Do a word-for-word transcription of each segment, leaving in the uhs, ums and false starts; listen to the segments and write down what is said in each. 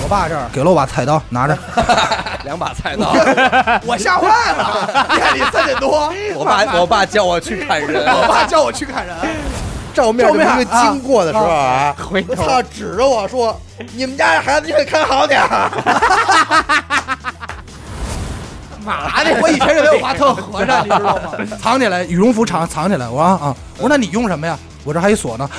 爸这儿给了我把菜刀，拿着两把菜刀， 我吓坏了，夜里三点多， 我爸我爸叫我去砍人， 我爸叫我去砍人。 照面这么一个经过的时候啊， 回头他指着我说：“你们家这孩子你可看好点儿。” 妈的！我以前认为我爸特和善，你知道吗？藏起来，羽绒服藏藏起来。我说啊，我说那你用什么呀？我这还有锁呢。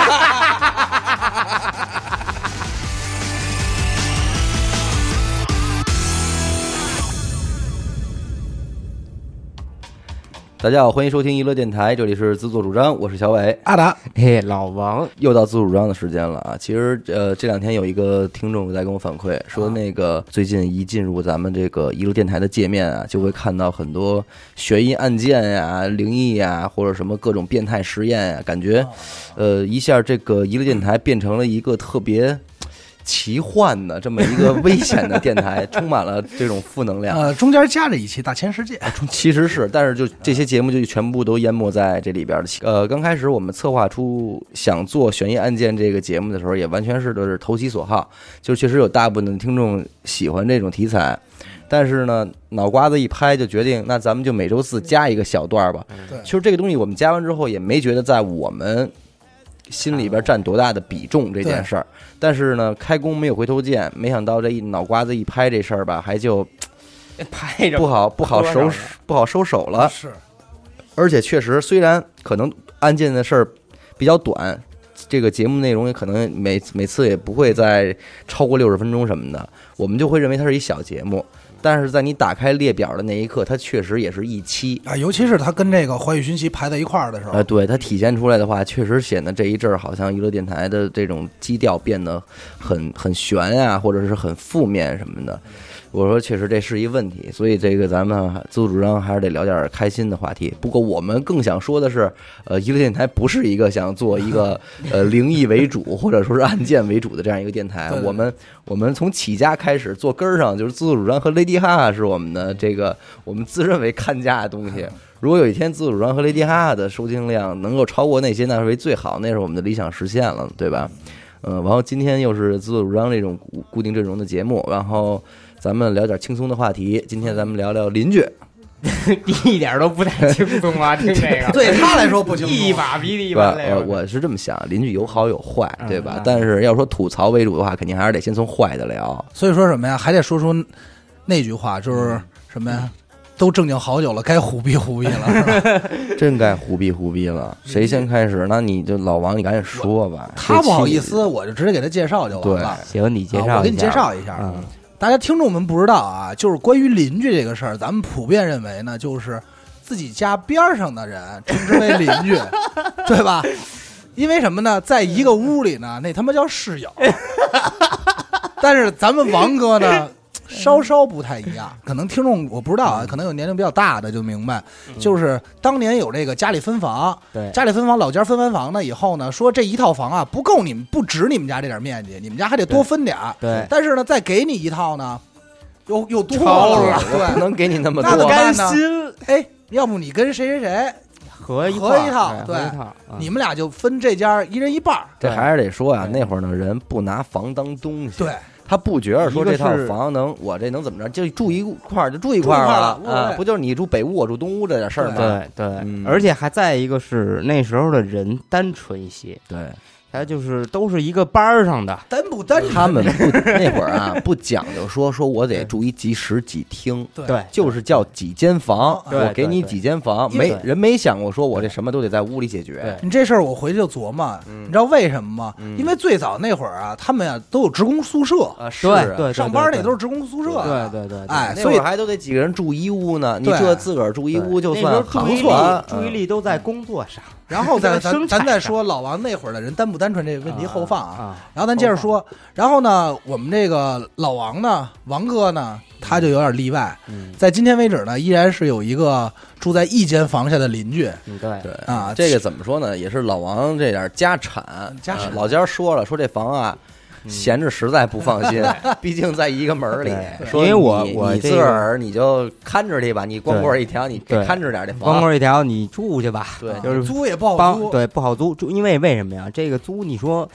大家好，欢迎收听娱乐电台，这里是自作主张，我是小伟， 阿达， 嘿，老王， 又到自作主张的时间了啊！其实呃，这两天有一个听众在跟我反馈说，那个最近一进入咱们这个娱乐电台的界面啊，就会看到很多悬疑案件呀、灵异呀，或者什么各种变态实验呀，感觉呃一下这个娱乐电台变成了一个特别奇幻的这么一个危险的电台，充满了这种负能量。 呃，中间夹着一期《大千世界》， 其实是，但是就这些节目就全部都淹没在这里边了。呃，刚开始我们策划出想做悬疑案件这个节目的时候，也完全是都是投其所好，就确实有大部分的听众喜欢这种题材。但是呢，脑瓜子一拍就决定，那咱们就每周四加一个小段吧。 对， 其实这个东西我们加完之后，也没觉得在我们心里边占多大的比重这件事儿，但是呢，开弓没有回头箭，没想到这一脑瓜子一拍这事儿吧，还就拍着不好不好收不好收手了。 是， 而且确实，虽然可能案件的事儿比较短，这个节目内容也可能每每次也不会再超过六十分钟什么的，我们就会认为它是一小节目。但是在你打开列表的那一刻，它确实也是一期啊，尤其是它跟这个《环宇寻奇》排在一块儿的时候， 呃，对它体现出来的话，确实显得这一阵儿好像娱乐电台的这种基调变得很很悬啊，或者是很负面什么的。我说确实这是一问题，所以这个咱们自主主张还是得聊点开心的话题。不过我们更想说的是，呃，娱乐电台不是一个想做一个呃灵异为主或者说是案件为主的这样一个电台。 对对对， 我们我们从起家开始做根儿上就是自作主张和 Lady 哈哈是我们的这个我们自认为看家的东西。如果有一天自作主张和 Lady 哈哈的收听量能够超过那些，那是为最好，那是我们的理想实现了，对吧？嗯，然后今天又是自作主张这种固定阵容的节目，然后咱们聊点轻松的话题。今天咱们聊聊邻居， 一点都不太轻松啊！听这个， 对他来说不轻松， 一把鼻涕一把泪。 我我是这么想，邻居有好有坏，对吧？ 嗯、 但是要说吐槽为主的话，肯定还是得先从坏的聊。 所以说什么呀？还得说出那句话，就是什么呀？都正经好久了，该虎逼虎逼了，是吧？ 真该虎逼虎逼了。谁先开始？那你就老王，你赶紧说吧。 他不好意思，我就直接给他介绍就完了。 行，你介绍一下、 啊，我给你介绍一下。 嗯， 大家听众们不知道啊，就是关于邻居这个事儿，咱们普遍认为呢，就是自己家边上的人称之为邻居，对吧？因为什么呢？在一个屋里呢，那他妈叫室友。但是咱们王哥呢？稍稍不太一样，可能听众我不知道啊，可能有年龄比较大的就明白，就是当年有这个家里分房， 对， 家里分房，老家分完房呢以后呢，说这一套房啊不够你们，不止你们家这点面积，你们家还得多分点儿， 对， 但是呢再给你一套呢，又又多了， 对， 不能给你那么多， 那甘心， 哎，要不你跟谁谁谁合一合一套， 对， 对， 一套嗯、 你们俩就分这家一人一半。 这还是得说啊，那会儿呢人不拿房当东西， 对。 他不觉得说这套房能，我这能怎么着？就住一块儿就住一块儿了啊！不就是你住北屋，我住东屋这点事儿吗？ 对对、嗯，而且还再一个是那时候的人单纯一些， 对， 他就是都是一个班上的， 单不单纯？ 他们不那会儿啊，不讲究说说我得住一几室几厅， 对， 就是叫几间房， 对我给你几间房，没人没想过说我这什么都得在屋里解决。 你这事儿我回去就琢磨，你知道为什么吗？因为最早那会儿啊，他们呀都有职工宿舍啊，是对对， 上班那都是职工宿舍， 对对对， 哎， 所以还都得几个人住一屋呢。你这自个儿住一屋就算注意力注意力都在工作上。 然后咱咱咱再说老王那会儿的人单不单纯这个问题后放啊，然后咱接着说，然后呢，我们这个老王呢，王哥呢，他就有点例外，在今天为止呢，依然是有一个住在一间房下的邻居， 对对啊， 这个怎么说呢？也是老王这点家产， 家产老家说了，说这房啊。闲着实在不放心，毕竟在一个门里。 因为我我你自个儿你就看着去吧，你光棍一条，你看着点这房。 光棍一条，你住去吧。 对， 就是租也不好租， 对，不好租。租，因为为什么呀？这个租，你说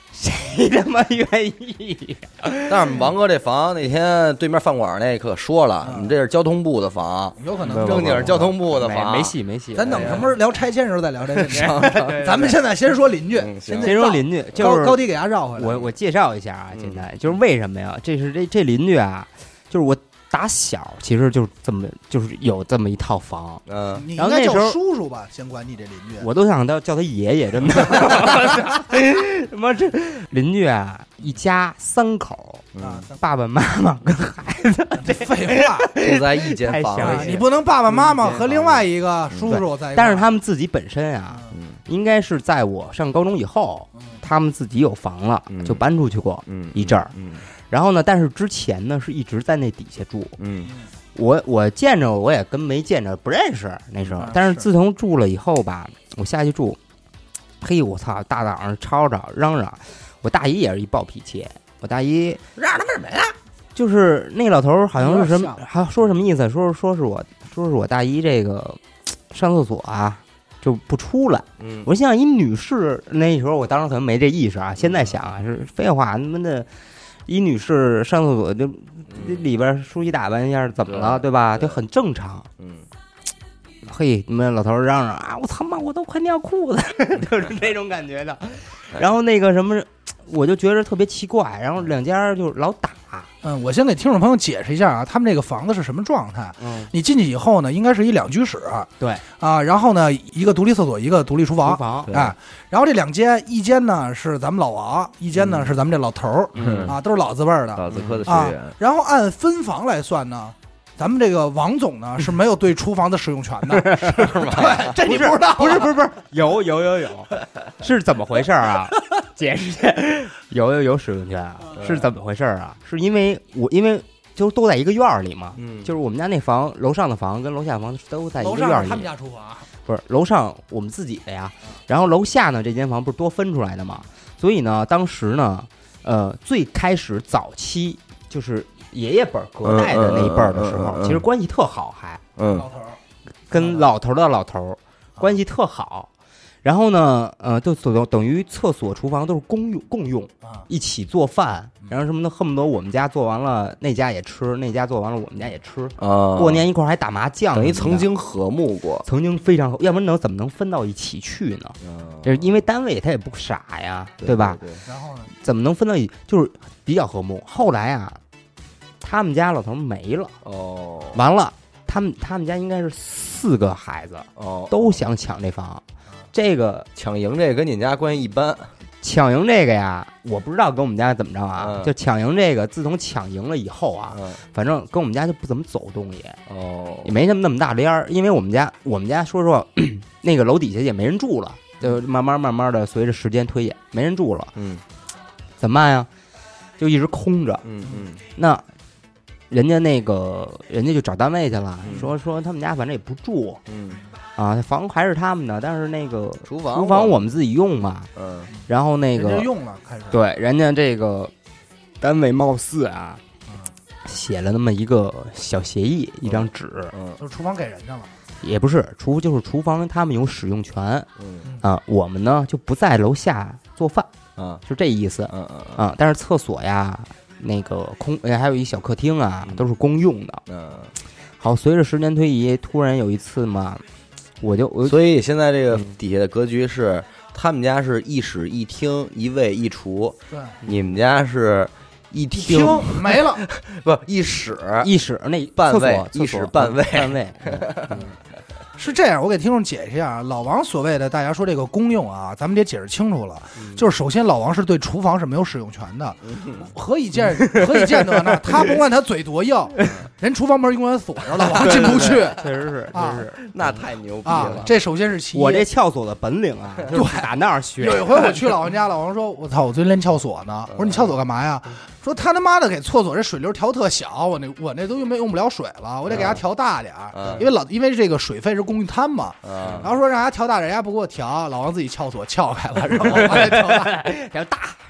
谁他妈愿意？ 但是我们王哥这房那天对面饭馆那可说了， 嗯你们这是交通部的房， 有可能正经是交通部的没房， 没戏没戏。 咱等什么时候聊拆迁时候再聊这个问题。 对咱们现在先说邻居， 嗯行现在先说邻居，就是高高低给他绕回来。 我我介绍一下啊，现在就是为什么呀？这是这这邻居啊，就是我打小其实就是这么就是有这么一套房， 嗯， 你应该叫然后那时候叔叔吧，先管你这邻居。 我都想叫叫他爷爷，真的。他妈这邻居啊，一家三口， 啊， 爸爸妈妈跟孩子， 这废话住在一间房啊， 太详细里， 你不能爸爸妈妈和另外一个叔叔在一块儿。 但是他们自己本身啊， 嗯应该是在我上高中以后， 嗯他们自己有房了， 嗯就搬出去过嗯一阵儿。 嗯然后呢，但是之前呢是一直在那底下住。 嗯我我见着我也跟没见着不认识那时候啊，是但是自从住了以后吧，我下去住，嘿，我操，大早上吵吵嚷嚷，我大姨也是一暴脾气，我大姨让他们什么呀？ 就是那老头儿好像是什么有点像， 还说什么意思？说说是我说是我大姨这个上厕所啊就不出来。 嗯， 我想一女士那时候我当时可能没这意识啊，现在想啊是废话，他妈的。一女士上厕所就里边梳洗打扮一下，怎么了，对吧？就很正常。 嗯， 嘿，你们老头嚷嚷啊！我他妈，我都快尿裤子，就是那种感觉的。然后那个什么，我就觉得特别奇怪。然后两家就老打。 嗯，我先给听众朋友解释一下啊，他们这个房子是什么状态？ 嗯， 你进去以后呢，应该是一两居室， 对啊，然后呢，一个独立厕所，一个独立厨房， 厨房， 哎，然后这两间，一间呢是咱们老王，一间呢是咱们这老头儿， 嗯啊，都是老字辈儿的老字科的学啊员，。 然后按分房来算呢，咱们这个王总呢是没有对厨房的使用权的，是吗？对，这你不知道？ 不是不是不是，有有有有，是怎么回事啊？解释解释，有有有使用权啊？是怎么回事啊？是因为我因为就都在一个院儿里嘛， 嗯， 就是我们家那房，楼上的房跟楼下房都在一楼个院儿里上是他们。家厨房， 不是楼上我们自己的呀，然后楼下呢这间房不是多分出来的嘛，所以呢当时呢，呃最开始早期就是爷爷辈儿隔代的那一辈儿的时候， 嗯嗯嗯嗯嗯其实关系特好，还嗯老头儿跟老头儿的老头儿关系特好。然后呢，呃，就等等于厕所、厨房都是公用共用， 啊， 一起做饭，然后什么的，恨不得我们家做完了，那家也吃，那家做完了，我们家也吃。 啊， 过年一块儿还打麻将， 等于曾经和睦过， 曾经非常，要不然能怎么能分到一起去呢？就是因为单位他也不傻呀，对吧？ 对， 然后呢， 怎么能分到一就是比较和睦？后来啊，他们家老头没了， 哦完了，他们他们家应该是四个孩子哦， 都想抢这房，这个抢赢这个跟你们家关系一般， 抢赢这个呀，我不知道跟我们家怎么着啊， 嗯就抢赢这个，自从抢赢了以后啊， 嗯反正跟我们家就不怎么走动也。 哦也没什么那么大帘儿，因为我们家我们家说实话，那个楼底下也没人住了，就慢慢慢慢的随着时间推演，没人住了， 嗯怎么办呀？就一直空着。 嗯嗯那人家那个人家就找单位去了， 嗯说说他们家反正也不住嗯， 啊，房还是他们的，但是那个厨房厨房我们自己用嘛。 嗯然后那人家个用了开始， 对人家这个单位貌似啊，写了那么一个小协议，一张纸， 嗯就是厨房给人家了， 也不是厨就是厨房他们有使用权嗯啊，我们呢就不在楼下做饭， 啊是这意思嗯嗯啊。但是厕所呀，那个空呃还有一小客厅啊嗯， 都是公用的。 嗯， 好，随着时间推移，突然有一次嘛，我就我所以现在这个嗯底下的格局是，他们家是一室一厅一卫一厨， 对， 你们家是一厅听没了， 不一室一室那半厕所位一室半位半位，嗯是这样，我给听众解释一下啊，老王所谓的大家说这个公用啊，咱们得解释清楚了。就是首先，老王是对厨房是没有使用权的，何以见何以见得呢？他甭管他嘴多硬，人厨房门永远锁着，老王进不去确实是，确啊实是。 那太牛逼啊了。。 这首先是其一。 我这撬锁的本领啊，就是打那儿学。 有一回我去老王家，老王说：“我操，我最近练撬锁呢。”我说：“你撬锁干嘛呀？”说他他妈的给厕所这水流调特小，我那我那都用没用不了水了，我得给他调大点儿， 嗯因为老因为这个水费是公用摊嘛。 啊然后说让他调大点，人家不给我调，老王自己撬锁撬开了，然后把它调大。 然后大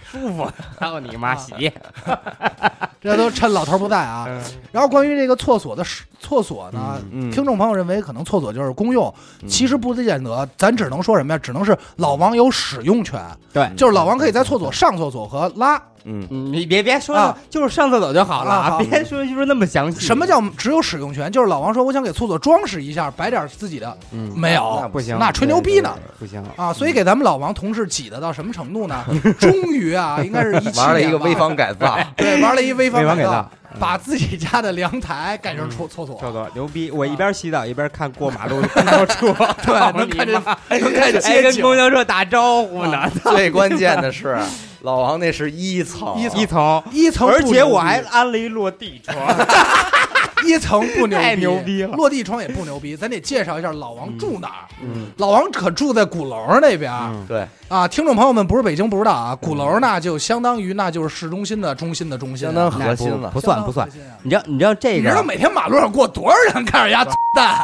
舒服，操你妈洗！ 这都趁老头不在啊。然后关于这个厕所的厕所呢， 嗯嗯听众朋友认为可能厕所就是公用， 嗯其实不见得，咱只能说什么呀？只能是老王有使用权， 对， 就是老王可以在厕所上厕所和拉。 嗯， 你别别说啊， 就是上厕所就好了， 啊好别说就是那么详细。 什么叫只有使用权？就是老王说我想给厕所装饰一下，摆点自己的， 嗯没有， 那不行， 那吹牛逼呢不行啊！所以给咱们老王同事挤得到什么程度呢？终于啊，应该是一七玩了一年吧个微房改造， 对，玩了一微房微房改造造， 把自己家的阳台改成厕厕所， 厕所牛逼！我一边洗澡一边看过马路的公交车， 对，能看见能看见还跟街景， 公交车打招呼呢， 最关键的是，老王那是一层， 一一层。 一层不牛逼， 而且我还安了一落地窗， 一层不牛逼， 太牛逼了落地窗也不牛逼，咱得介绍一下老王住哪儿。 嗯老王可住在鼓楼那边、 嗯对， 啊，听众朋友们不是北京不知道啊，鼓楼那就相当于那就是市中心的中心的中心、啊， 相当核心了不。算不算相当核心啊。 你知道你知道这个你知道每天马路上过多少人看着丫蛋？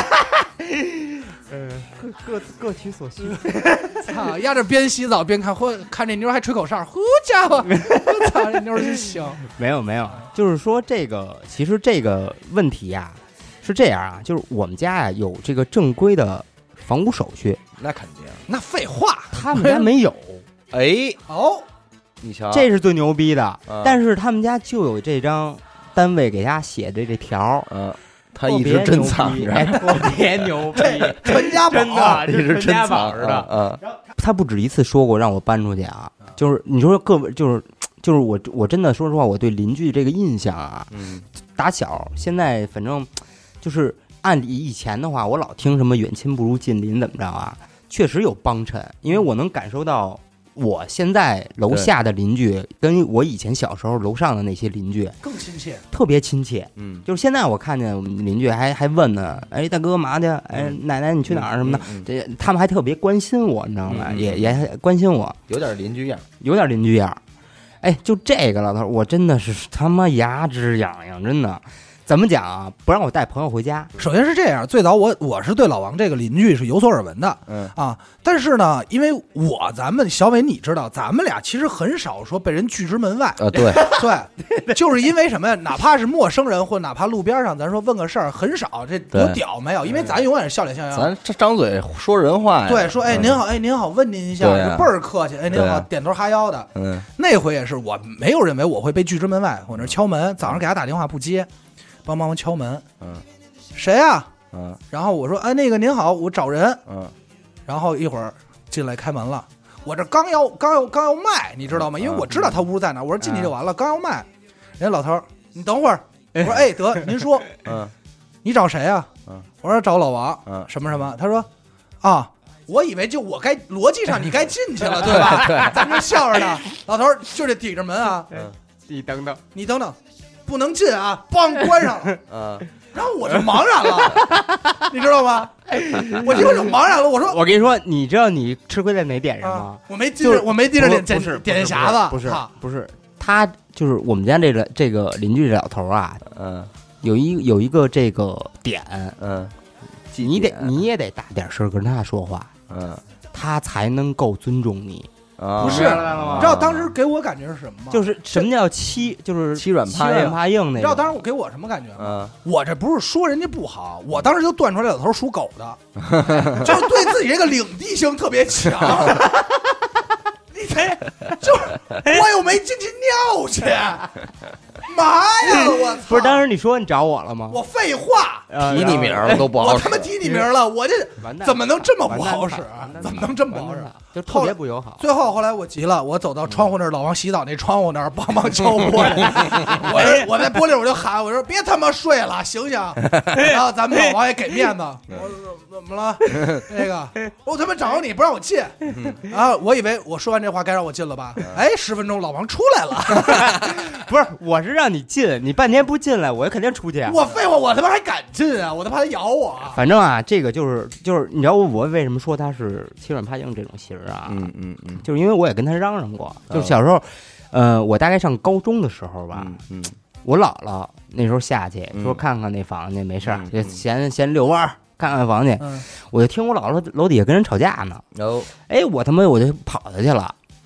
嗯，各各各取所需。 操，丫这边洗澡边看，嚯，看这妞还吹口哨，好家伙，我操，这妞真行。 没有没有，就是说这个其实这个问题呀、是这样啊，就是我们家呀、有这个正规的房屋手续， 那肯定。 那废话， 他们家没有， 哎， 哦， 你瞧， 这是最牛逼的。 嗯但是他们家就有这张单位给他写的这条， 嗯，他一直珍藏着， 哎特别牛逼， 传家宝真的， 一直珍这是传家宝藏似的。 嗯， 他不止一次说过让我搬出去啊，就是你说各位，就是就是我我真的说实话，我对邻居这个印象啊， 嗯打小现在反正就是按以前的话，我老听什么远亲不如近邻怎么着啊，确实有帮衬，因为我能感受到我现在楼下的邻居跟我以前小时候楼上的那些邻居更亲切。 特别亲切。 嗯， 就是现在我看见我们邻居还还问呢，哎，大哥嘛去？哎，奶奶你去哪儿什么的， 嗯嗯这他们还特别关心我，你知道吗？ 嗯嗯也也还关心我， 有点邻居样。 有点邻居样儿。哎，就这个老头儿，我真的是他妈牙直痒痒，真的。怎么讲啊？不让我带朋友回家， 首先是这样，最早我我是对老王这个邻居是有所耳闻的， 嗯啊，但是呢，因为我咱们小伟你知道，咱们俩其实很少说被人拒之门外， 啊，对， 对，就是因为什么呀？哪怕是陌生人，或哪怕路边上，咱说问个事儿，很少这多对屌没有，因为咱永远是笑脸相迎。 咱这张嘴说人话呀。 对，说哎嗯您好，哎您好，问您一下， 对啊就倍儿客气，哎您好， 对啊点头哈腰的。 嗯那回也是，我没有认为我会被拒之门外，我那敲门，早上给他打电话不接，帮帮忙敲门， 嗯谁呀？ 嗯然后我说，哎那个您好，我找人， 嗯然后一会儿进来开门了，我这刚要刚要刚要卖，你知道吗？因为我知道他屋在哪，我说进去就完了，刚要卖，人家老头儿，你等会儿，我说哎得，您说嗯你找谁啊？ 嗯我说找老王， 嗯什么什么？他说啊，我以为就我该逻辑上你该进去了，对吧？对，咱这笑着呢，老头儿就得抵着门啊， 嗯你等等， 你等等，不能进啊，梆关上了。 嗯， 然后我就茫然了，你知道吗？我听我就茫然了，我说我跟你说，你知道你吃亏在哪点上啊吗？， 我没盯着， 就是我没盯着点不是点点匣子， 不是操不是，他就是我们家这个这个邻居这老头儿啊， 嗯有一有一个这个点， 嗯， 你得你也得大点声跟他说话， 嗯他才能够尊重你。 啊， 不是， 啊你知道当时给我感觉是什么吗？ 就是什么叫欺，就是欺软怕硬欺软怕硬那你知道当种。 时我给我什么感觉吗？ 嗯我这不是说人家不好，我当时就断出来老头属狗的，就是对自己这个领地性特别强。你这就是我又没进去尿去，嘛呀我操！ 不是，当时你说你找我了吗？ 我废话， 呃提你名儿了都不好使我他妈提你名了，我这完蛋怎么能这么不好使完蛋？ 怎么能这么不好使？ 就特别不友好。 最后后来我急了，我走到窗户那儿，老王洗澡那窗户那儿，帮忙敲玻璃。我是我在玻璃我就喊，我说别他妈睡了，醒醒。然后咱们老王也给面子，我说怎么了？那个我他妈找着你不让我进，然后我以为我说完这话该让我进了吧？哎，十分钟老王出来了。 不是，我是让你进，你半天不进来，我肯定出去啊。 我废话，我他妈还敢进啊？我都怕他咬我。 反正啊，这个就是就是，你知道我为什么说他是欺软怕硬这种型儿啊？ 嗯嗯嗯就是因为我也跟他嚷嚷过，就是小时候，呃，我大概上高中的时候吧， 嗯嗯我姥姥那时候下去嗯说看看那房去，没事儿嗯， 就闲闲遛弯儿，看看房去。 嗯， 我就听我姥姥楼底下跟人吵架呢， 哦哎，我他妈我就跑下去了。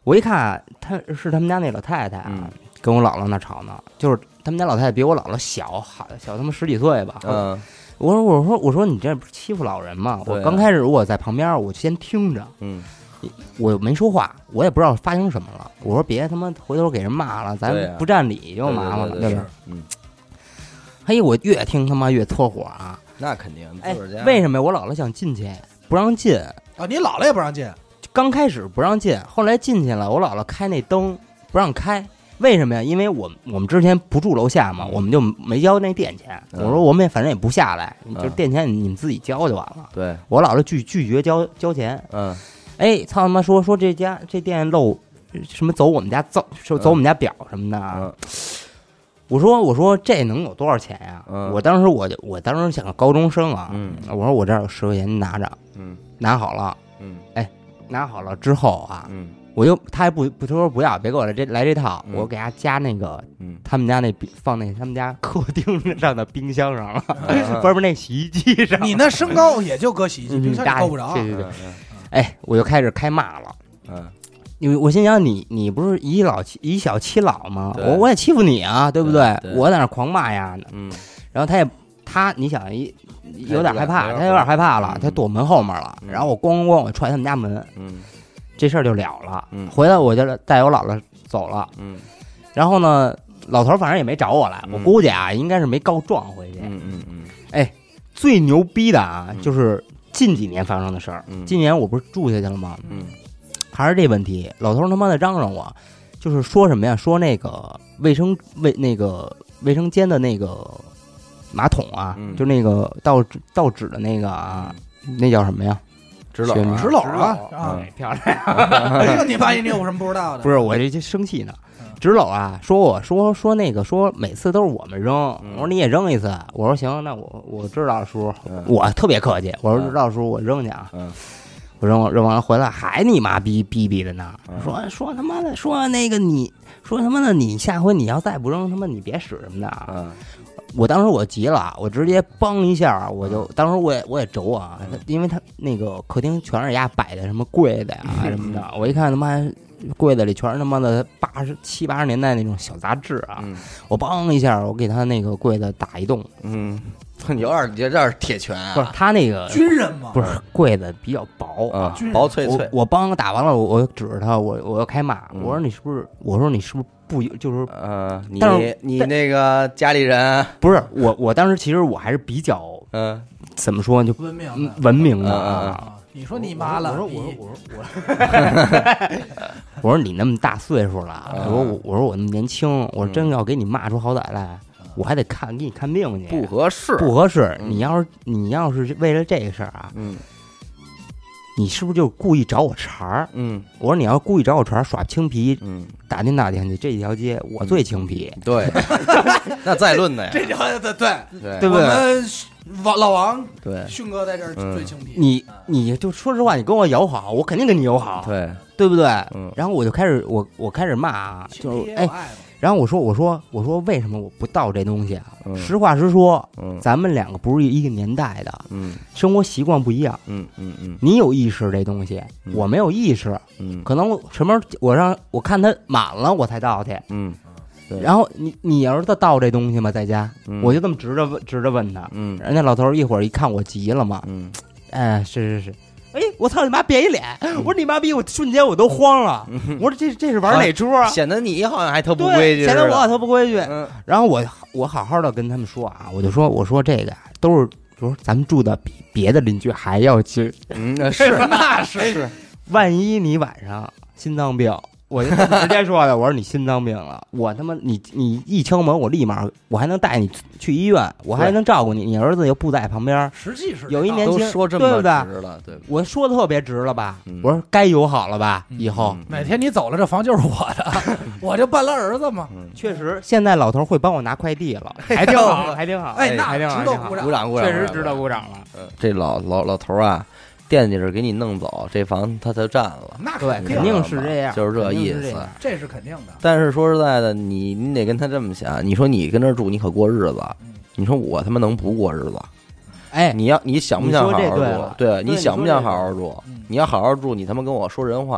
我一看他是他们家那老太太啊， 嗯跟我姥姥那吵呢，就是他们家老太太比我姥姥小，好小他妈十几岁吧。 嗯我说我说我说你这不是欺负老人吗？ 对啊我刚开始我在旁边，我先听着， 嗯我没说话，我也不知道发生什么了。我说别他妈回头给人骂了，咱对啊不占理就麻烦了， 对吧？ 嗯， 嘿，我越听他妈越搓火啊！ 那肯定。 哎自个儿家， 为什么我姥姥想进去不让进？ 啊，你姥姥也不让进， 刚开始不让进，后来进去了，我姥姥开那灯不让开。为什么呀？因为我我们之前不住楼下嘛，我们就没交那电钱。 嗯我说我们也反正也不下来， 嗯就是电钱你们自己交就完了。 对， 我姥姥拒拒绝交交钱。 嗯哎，操他妈说说这家这店漏什么走我们家走说走我们家表什么的啊。 嗯我说我说这能有多少钱呀？ 嗯我当时我就我当时想高中生啊， 嗯我说我这儿有十块钱，你拿着， 嗯拿好了， 嗯拿好了之后啊， 嗯我又他还不不他说不要，别给我来这来这套， 嗯我给他加那个嗯， 他们家那冰放那他们家客厅上的冰箱上了， 嗯不是不是那洗衣机上。 你那身高也就搁洗衣机， 嗯冰箱里够不着。 对对对， 嗯哎，我就开始开骂了。 嗯因为我心想你你不是以老欺以小欺老吗？ 对我我也欺负你啊，对不对对我在那狂骂呀呢。 嗯然后他也他你想一有点害怕， 有点他有点害怕了嗯， 他躲门后面了。 嗯然后我咣咣咣我踹他们家门， 嗯这事儿就了了。 嗯回来我就带我姥姥走了。 嗯然后呢，老头儿反正也没找我来， 嗯我估计啊应该是没告状回去。 嗯嗯嗯最牛逼的啊嗯就是近几年发生的事儿。 嗯今年我不是住下去了吗？ 嗯还是这问题，老头儿他妈的嚷嚷我，就是说什么呀？说那个卫生卫那个卫生间的那个马桶啊， 嗯就那个倒纸倒纸的那个啊，那叫什么呀？学名纸篓啊纸篓啊啊！ 嗯漂亮。 这你发现你有什么不知道的？ 不是我这就生气呢嗯。 纸篓啊，说我说说那个说每次都是我们扔， 嗯我说你也扔一次，我说行，那我我知道叔， 嗯我特别客气，我说嗯知道叔，我扔去啊。 嗯我扔扔完了回来还你妈逼逼逼的呢， 嗯说说他妈的说那个你说他妈的你下回你要再不扔他妈你别使什么的啊！ 嗯我当时我急了，我直接梆一下，我就当时我也我也轴啊， 嗯他因为他那个客厅全是丫摆的什么柜子呀什么的，我一看他妈柜子里全是他妈的八十七八十年代那种小杂志啊， 嗯我梆一下我给他那个柜子打一洞， 嗯，你有点有点铁拳啊， 不是他那个军人嘛， 不是柜子比较薄啊军，人我薄脆脆， 我帮打完了，我我指着他，我我要开骂， 嗯我说你是不是？我说你是不是不就是呃，你但是你那个家里人， 不是我？我当时其实我还是比较嗯怎么说呢，就文明嗯的。 文明的嗯嗯啊。 啊你说你妈了， 我说你我说我说我说你那么大岁数了， 嗯我说我我说我那么年轻，我说真要给你骂出好歹来，我还得看给你看病去， 不合适， 不合适。 嗯你要是你要是为了这个事儿啊， 嗯你是不是就故意找我茬儿？ 嗯我说你要故意找我茬儿耍青皮， 嗯， 打听打听去这条街我最青皮。 对，那再论的呀， 这条对对， 对对不对我们王老王对迅哥在这儿嗯最青皮。 你你就说实话，你跟我友好，我肯定跟你友好， 对， 对不对？ 嗯然后我就开始我我开始骂啊， 青就哎， 皮也有爱嘛然后我说我说我说为什么我不倒这东西啊？ 嗯实话实说， 嗯咱们两个不是一个年代的， 嗯生活习惯不一样。 嗯嗯嗯你有意识这东西， 嗯我没有意识， 嗯可能我什么时候我让我看它满了我才倒去。 嗯对然后你你儿子倒这东西吗？在家， 嗯， 我就这么直着问直着问他。 嗯人家老头儿一会儿一看我急了嘛， 嗯哎，是是是，哎，我操你妈，变一脸！我说你妈逼，我瞬间我都慌了。我说这这是玩哪出啊？ 显得你好像还特不对， 规矩似的， 显得我好特不规矩。 嗯然后我我好好的跟他们说啊，我就说我说这个呀，都是说咱们住的比别的邻居还要近， 嗯是那是是， 万一你晚上心脏病。我就直接说的，我说你心脏病了，我他妈你你一敲门，我立马我还能带你去医院，我还能照顾你，你儿子又不在旁边， 实际是有一年都轻说这么对不对？ 直了，对， 我说的特别直了吧？ 嗯我说该友好了吧？以后、 嗯哪天你走了，这房就是我的，我就办了儿子嘛。 嗯确实，现在老头会帮我拿快递了，还挺好，还挺好， 哎，那还挺好，还挺好值得鼓掌。 鼓掌鼓掌， 确实值得鼓掌了。 嗯这老老老头啊，惦记着给你弄走，这房他就占了， 那对， 肯肯定是这样， 就是这肯定意思是这样。 这是肯定的。 但是说实在的，你你得跟他这么想，你说你跟这儿住，你可过日子， 嗯你说我他妈能不过日子？ 哎， 你要你想不想好好你说这对住了？ 对， 对你想不想你说这好好住？ 嗯你要好好住，你他妈跟我说人话， 嗯，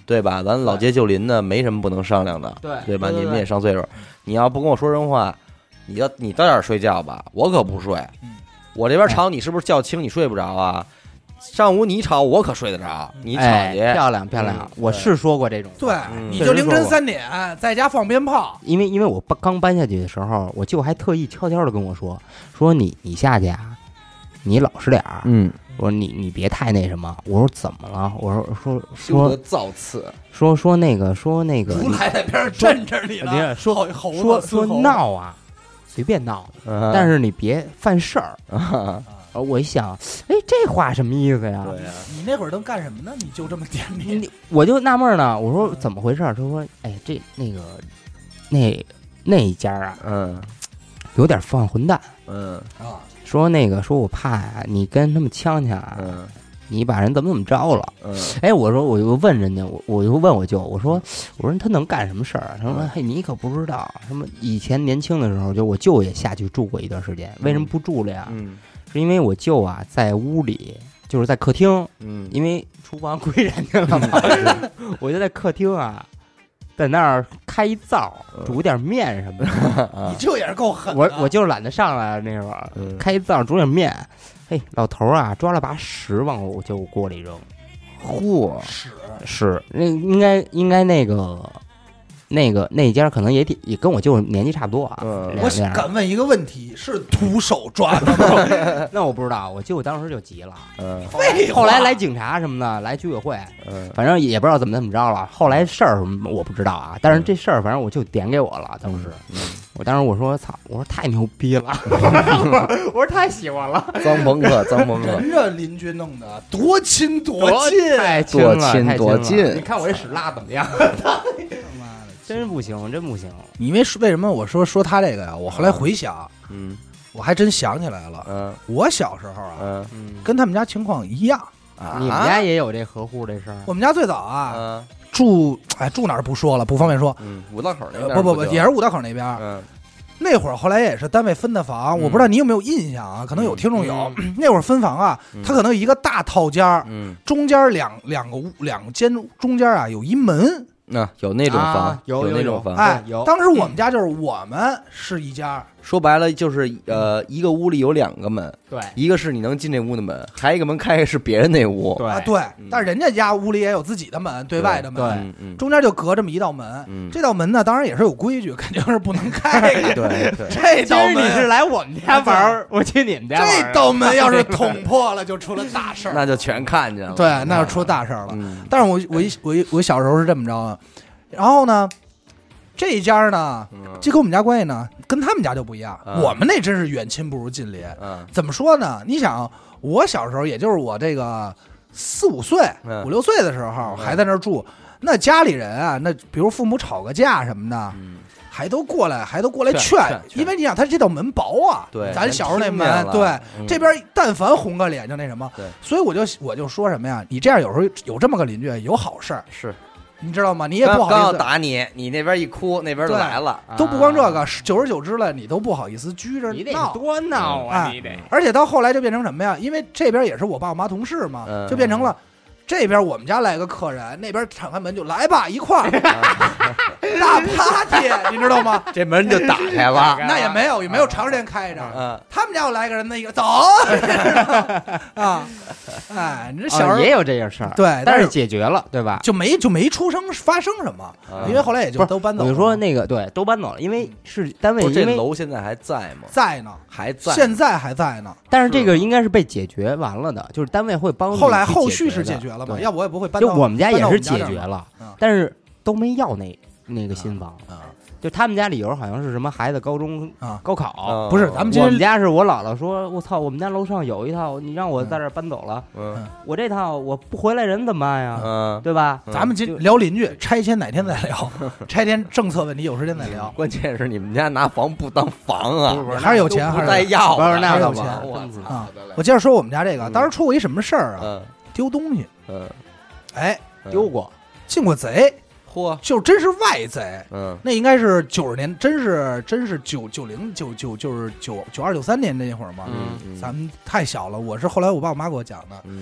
对吧？咱老街旧邻的没什么不能商量的， 对对吧？ 对对对你们也上岁数，你要不跟我说人话，你要你早点睡觉吧，我可不睡。 嗯我这边吵你是不是觉轻你睡不着啊？上午你吵我可睡得着，你吵哎， 去。 漂亮漂亮嗯， 我是说过这种话， 对， 嗯你就凌晨三点在家放鞭炮， 因为因为我搬刚搬下去的时候，我舅还特意悄悄的跟我说，说你你下去啊，你老实点儿。 嗯， 我说你你别太那什么。我说怎么了？我说说修得说造次。 说说那个说那个如来在边上镇着你你了， 说猴猴子说说嘶吼闹啊，随便闹， 嗯但是你别犯事儿。 啊， 呃我一想，哎，这话什么意思呀？ 对呀， 你那会儿都干什么呢？你就这么点你， 你我就纳闷呢，我说怎么回事儿？他说，哎，这那个那那一家啊， 嗯有点放混蛋。 嗯啊，说那个说我怕呀，你跟他们呛呛啊， 嗯你把人怎么怎么着了？ 嗯哎，我说我就问人家，我我就问我舅，我说我说他能干什么事儿啊？他说嘿，你可不知道，什么以前年轻的时候，就我舅也下去住过一段时间，为什么不住了呀？ 嗯是因为我舅啊在屋里，就是在客厅， 嗯， 因为厨房归人家了嘛，我就在客厅啊，在那儿开一灶，煮点面什么的。 你舅也是够狠的。 我我就是懒得上来那会儿， 嗯开一灶煮点面。嘿，老头儿啊，抓了把屎往我舅锅里扔。 嚯， 屎， 是，那应该应该那个那个那家可能也挺也跟我舅年纪差不多啊。 嗯我两两敢问一个问题：是徒手抓的吗？ 那我不知道，我舅当时就急了。 嗯废话后来来警察什么的，来居委会， 嗯反正也不知道怎么怎么着了。后来事儿什么我不知道啊，但是这事儿反正我舅点给我了。当时，我当时我说操，我说太牛逼了，我说太喜欢了， 脏朋克，脏朋克， 人这邻居弄的多亲多多近， 太亲了， 多亲太多了近你看我这屎拉怎么样？ 他妈的！ 真不行，真不行。 你因为为什么我说说他这个呀？我后来回想， 嗯我还真想起来了， 嗯我小时候啊， 嗯嗯， 跟他们家情况一样。 啊， 你们家也有这合户这事儿？ 我们家最早啊嗯住，哎住哪儿不说了，不方便说。 嗯，五道口那边呃不不不， 就也是五道口那边。 嗯那会儿后来也是单位分的房，我不知道你有没有印象啊？可能有听众有。那会儿分房啊，它可能有一个大套间儿， 嗯， 中间两两个屋两间中间啊有一门。 那有那种房啊，有有有那种房， 哎， 有当时我们家就是我们是一家， 说白了就是呃，一个屋里有两个门， 对一个是你能进这屋的门，还有一个门开是别人那屋。 啊， 对对，但是人家家屋里也有自己的门，对外的门， 嗯嗯中间就隔这么一道门。 嗯， 这道门呢，当然也是有规矩，肯定是不能开的。 对对， 这道今儿你是门， 来我们家玩儿，我去你们家玩儿。 这道门要是捅破了，就出了大事儿。 那就全看见了。 对，那就出大事儿了。 嗯但是我我一我一我小时候是这么着的，然后呢，这家呢， 嗯这跟我们家关系呢，跟他们家就不一样。 啊我们那真是远亲不如近邻。 嗯怎么说呢？你想，我小时候也就是我这个四五岁、 嗯五六岁的时候还在那儿住，那家里人啊，那比如父母吵个架什么的， 嗯， 还都过来，还都过来劝劝， 劝劝因为你想，他这道门薄啊， 对咱小时候那人听见了， 门对， 嗯这边但凡红个脸就那什么， 对， 所以我就我就说什么呀，你这样有时候有这么个邻居有好事儿， 是你知道吗？你也不刚刚要好意思。 打你，你那边一哭，那边就对来了。 都不光这啊个，久而久之了，你都不好意思拘着你得闹。 多闹啊！ 哎你得而且到后来就变成什么呀？因为这边也是我爸我妈同事嘛， 嗯就变成了这边我们家来个客人，那边敞开门就来吧，一块儿大 party，你知道吗？ 这门就打开了。 那也没有，也没有长时间开着。 嗯， 他们家要来个人，那一个走啊，哎，你这小时候哦也有这样事儿， 对， 但是但是解决了，对吧？ 就没就没出生发生什么， 啊因为后来也就不是都搬走了。 我就说那个对，都搬走了，因为是单位， 不是这因为楼现在还在吗？ 在呢， 还在。 现在还在呢。 但是这个应该是被解决完了的，就是单位会帮你后来去后续是解的解决了嘛？ 对要不我也不会搬到。 就我们家也是搬到我们家这儿嘛解决了嗯， 但是都没要那那个新房。 啊就他们家理由好像是什么孩子高中啊， 高考， 嗯不是咱们今天我们家是我姥姥说，我操，我们家楼上有一套，你让我在这儿搬走了， 嗯我这套我不回来人怎么办呀？ 嗯， 对吧？ 咱们今聊邻居拆迁哪天再聊，拆迁政策问题有时间再聊。 关键是你们家拿房不当房啊， 不是还是有钱， 不还是有带要的， 不是那个还是有钱吧我真不是操啊！我接着说我们家这个， 嗯当时出过一什么事儿啊？ 嗯丢东西， 嗯， 哎， 丢过， 进过贼， 嚯， 就真是外贼。 嗯那应该是九十年，真是真是九九零九九就是九九二九三年那会儿嘛。 嗯嗯咱们太小了，我是后来我爸我妈给我讲的， 嗯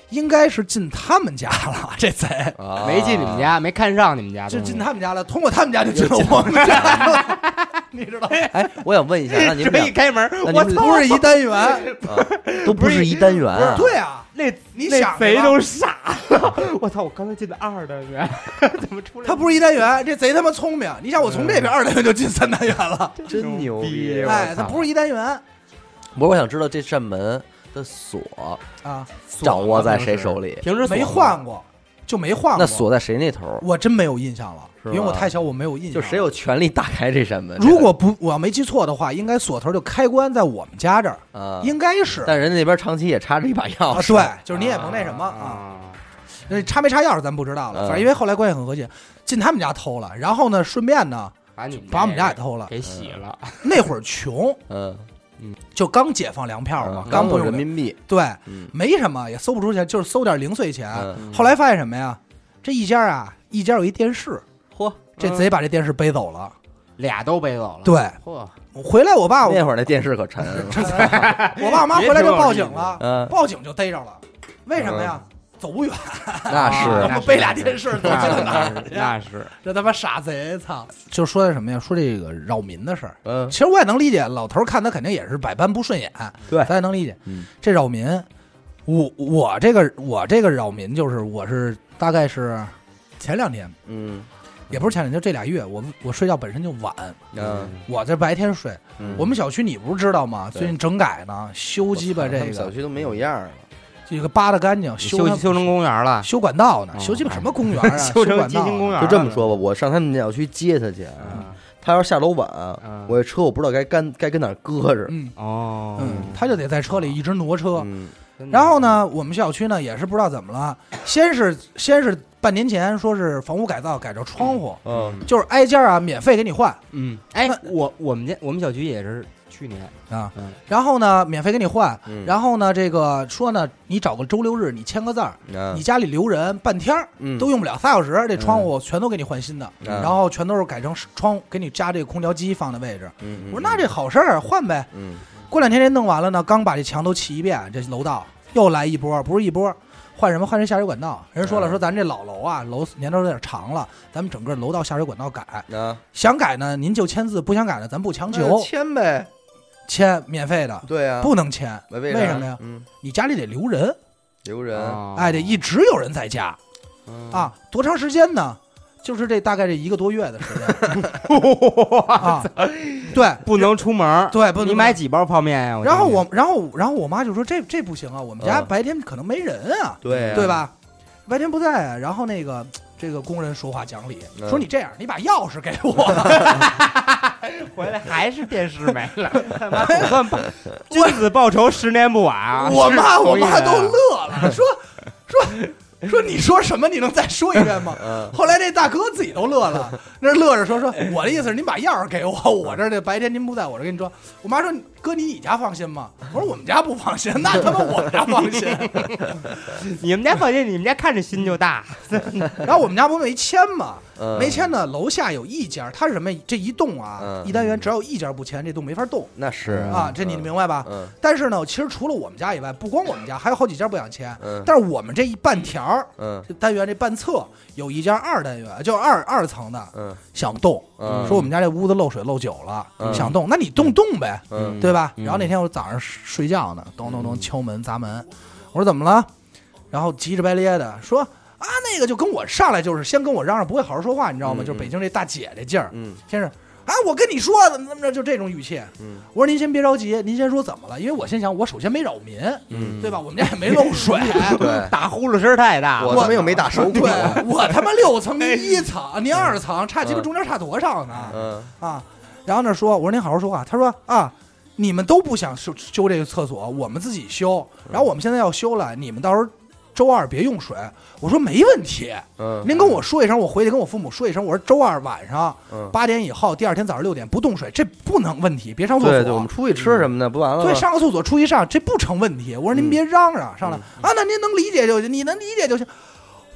应该是进他们家了，这贼啊没进你们家，没看上你们家， 就进他们家了，通过他们家就进了我们家了，你知道吗？ 哎，我想问一下，那你们这俩一开门， 那你们我操， 不是一单元， 啊都不是一单元啊？ 对啊， 那你那想吧贼都傻了，我操！我刚才进的二单元，怎么出来？ 他不是一单元，这贼他妈聪明。你想，我从这边二单元就进三单元了， 真牛逼！ 哎，他不是一单元不是，我想知道这扇门的锁啊， 掌握在谁手里？ 平时没换过，就没换过。 那锁在谁那头？ 我真没有印象了， 是吧因为我太小，我没有印象。 就谁有权利打开这扇门？ 如果不我要没记错的话，应该锁头就开关在我们家这儿， 啊， 应该是。 但人家那边长期也插着一把钥啊， 匙， 对，就是你也甭那什么啊， 啊， 那插没插钥匙咱不知道了， 嗯反正因为后来关系很和谐，进他们家偷了，然后呢，顺便呢把你把我们家也偷了。 给洗了， 那会儿穷， 嗯， 就刚解放粮票嘛， 嗯有刚不用人民币， 对， 嗯没什么，也搜不出钱，就是搜点零碎钱。 嗯后来发现什么呀？这一家啊，一家有一电视， 嚯， 这贼把这电视背走了。 俩都背走了。 对， 嚯， 回来我爸， 那会儿那电视可沉， 我爸我妈回来就报警了， 嗯， 报警就逮着了。为什么呀？走不远， 那是他妈背俩电视走进了哪儿去？ 那是这他妈傻贼！操！就说的什么呀？说这个扰民的事儿。 嗯其实我也能理解，老头儿看他肯定也是百般不顺眼， 对咱也能理解。 嗯这扰民，我我这个我这个扰民就是我是大概是前两天， 嗯也不是前两天，就这俩月，我我睡觉本身就晚， 嗯我这白天睡。 嗯， 我们小区你不是知道吗？ 对最近整改呢，修鸡巴这他们小个区都没有样儿了， 这个扒拉干净，修它修修成公园了， 修管道呢， 哦修鸡巴什么公园啊？ 修成管道基金公园。 就这么说吧，我上他们小区接他去， 嗯， 他要是下楼晚嗯， 我这车我不知道该干该跟哪儿搁着， 嗯哦， 嗯，他就得在车里一直挪车。 嗯真的然后呢，我们小区呢也是不知道怎么了，先是先是半年前说是房屋改造改造窗户， 嗯就是挨家啊免费给你换嗯，哎，我我们家我们小区也是去年， 啊嗯， 然后呢免费给你换， 嗯， 然后呢这个说呢你找个周六日你签个字儿， 后你家里留人半天儿嗯都用不了仨小时，这窗户全都给你换新的， 嗯然后全都是改成窗给你加这个空调机放的位置。 嗯， 我说那这好事儿换呗。 嗯过两天这弄完了呢，刚把这墙都砌一遍，这楼道又来一波，不是一波，换什么？换成下水管道。人说了， 嗯说咱这老楼啊，楼年头有点长了，咱们整个楼道下水管道改， 啊， 想改呢您就签字，不想改呢咱不强那求， 签呗， 签免费的， 对啊， 不能签， 为为什么呀？ 嗯， 你家里得留人， 留人哦哎，得一直有人在家嗯啊，多长时间呢？就是这大概这一个多月的时间啊，对不能出门， 对，不能你买几包泡面呀？ 然后听听我，然后，然后我妈就说：“这这不行啊，我们家嗯白天可能没人啊， 对啊对？吧？白天不在啊。”然后那个这个工人说话讲理， 嗯说：“你这样，你把钥匙给我。 回来还是电视没了，他妈总算报君子报仇，十年不晚啊！ 我妈， 是同意的我妈都乐了，说说说你说什么？你能再说一遍吗？ 嗯后来那大哥自己都乐了，那乐着说说我的意思是您把钥匙给我，我这这白天您不在，我这跟你说。我妈说哥你你家放心吗？我说我们家不放心，那他妈我们家放心。 你们家放心，你们家看着心就大。 然后我们家不没签吗？ 嗯没签呢，楼下有一家，它是什么？这一栋啊， 嗯一单元只要有一家不签，这栋没法动那是啊，这你明白吧？ 嗯但是呢，其实除了我们家以外，不光我们家，还有好几家不想签。 嗯但是我们这一半条儿， 嗯这单元这半侧有一家二单元，就二二层的嗯想动， 嗯说我们家这屋子漏水漏久了， 嗯想动，那你动动呗， 嗯对吧？ 嗯然后那天我早上睡觉呢，咚咚咚敲门砸门，我说怎么了？然后急着白咧的说啊，那个就跟我上来就是先跟我嚷嚷，不会好好说话，你知道吗？ 嗯就是北京这大姐这劲儿， 嗯先是啊，我跟你说怎么怎么着，就这种语气。 嗯我说您先别着急，您先说怎么了？因为我心想，我首先没扰民， 嗯， 对吧？我们家也没漏水， 对， 打呼噜声太大， 我他妈又没打手鼓对，我他妈六层，您一层，您二层，差鸡巴嗯中间差多少呢？ 嗯啊，然后那说，我说您好好说话。他说啊，你们都不想修修这个厕所，我们自己修。然后我们现在要修了，你们到时候周二别用水。我说没问题， 嗯， 您跟我说一声，我回去跟我父母说一声，我说周二晚上嗯， 八点以后，第二天早上六点不动水，这不能问题，别上厕所。 对对，我们出去吃什么的，不完了吗？ 对，上个厕所出一上，这不成问题。我说您别嚷嚷上来、 嗯啊，那您能理解就行，你能理解就行。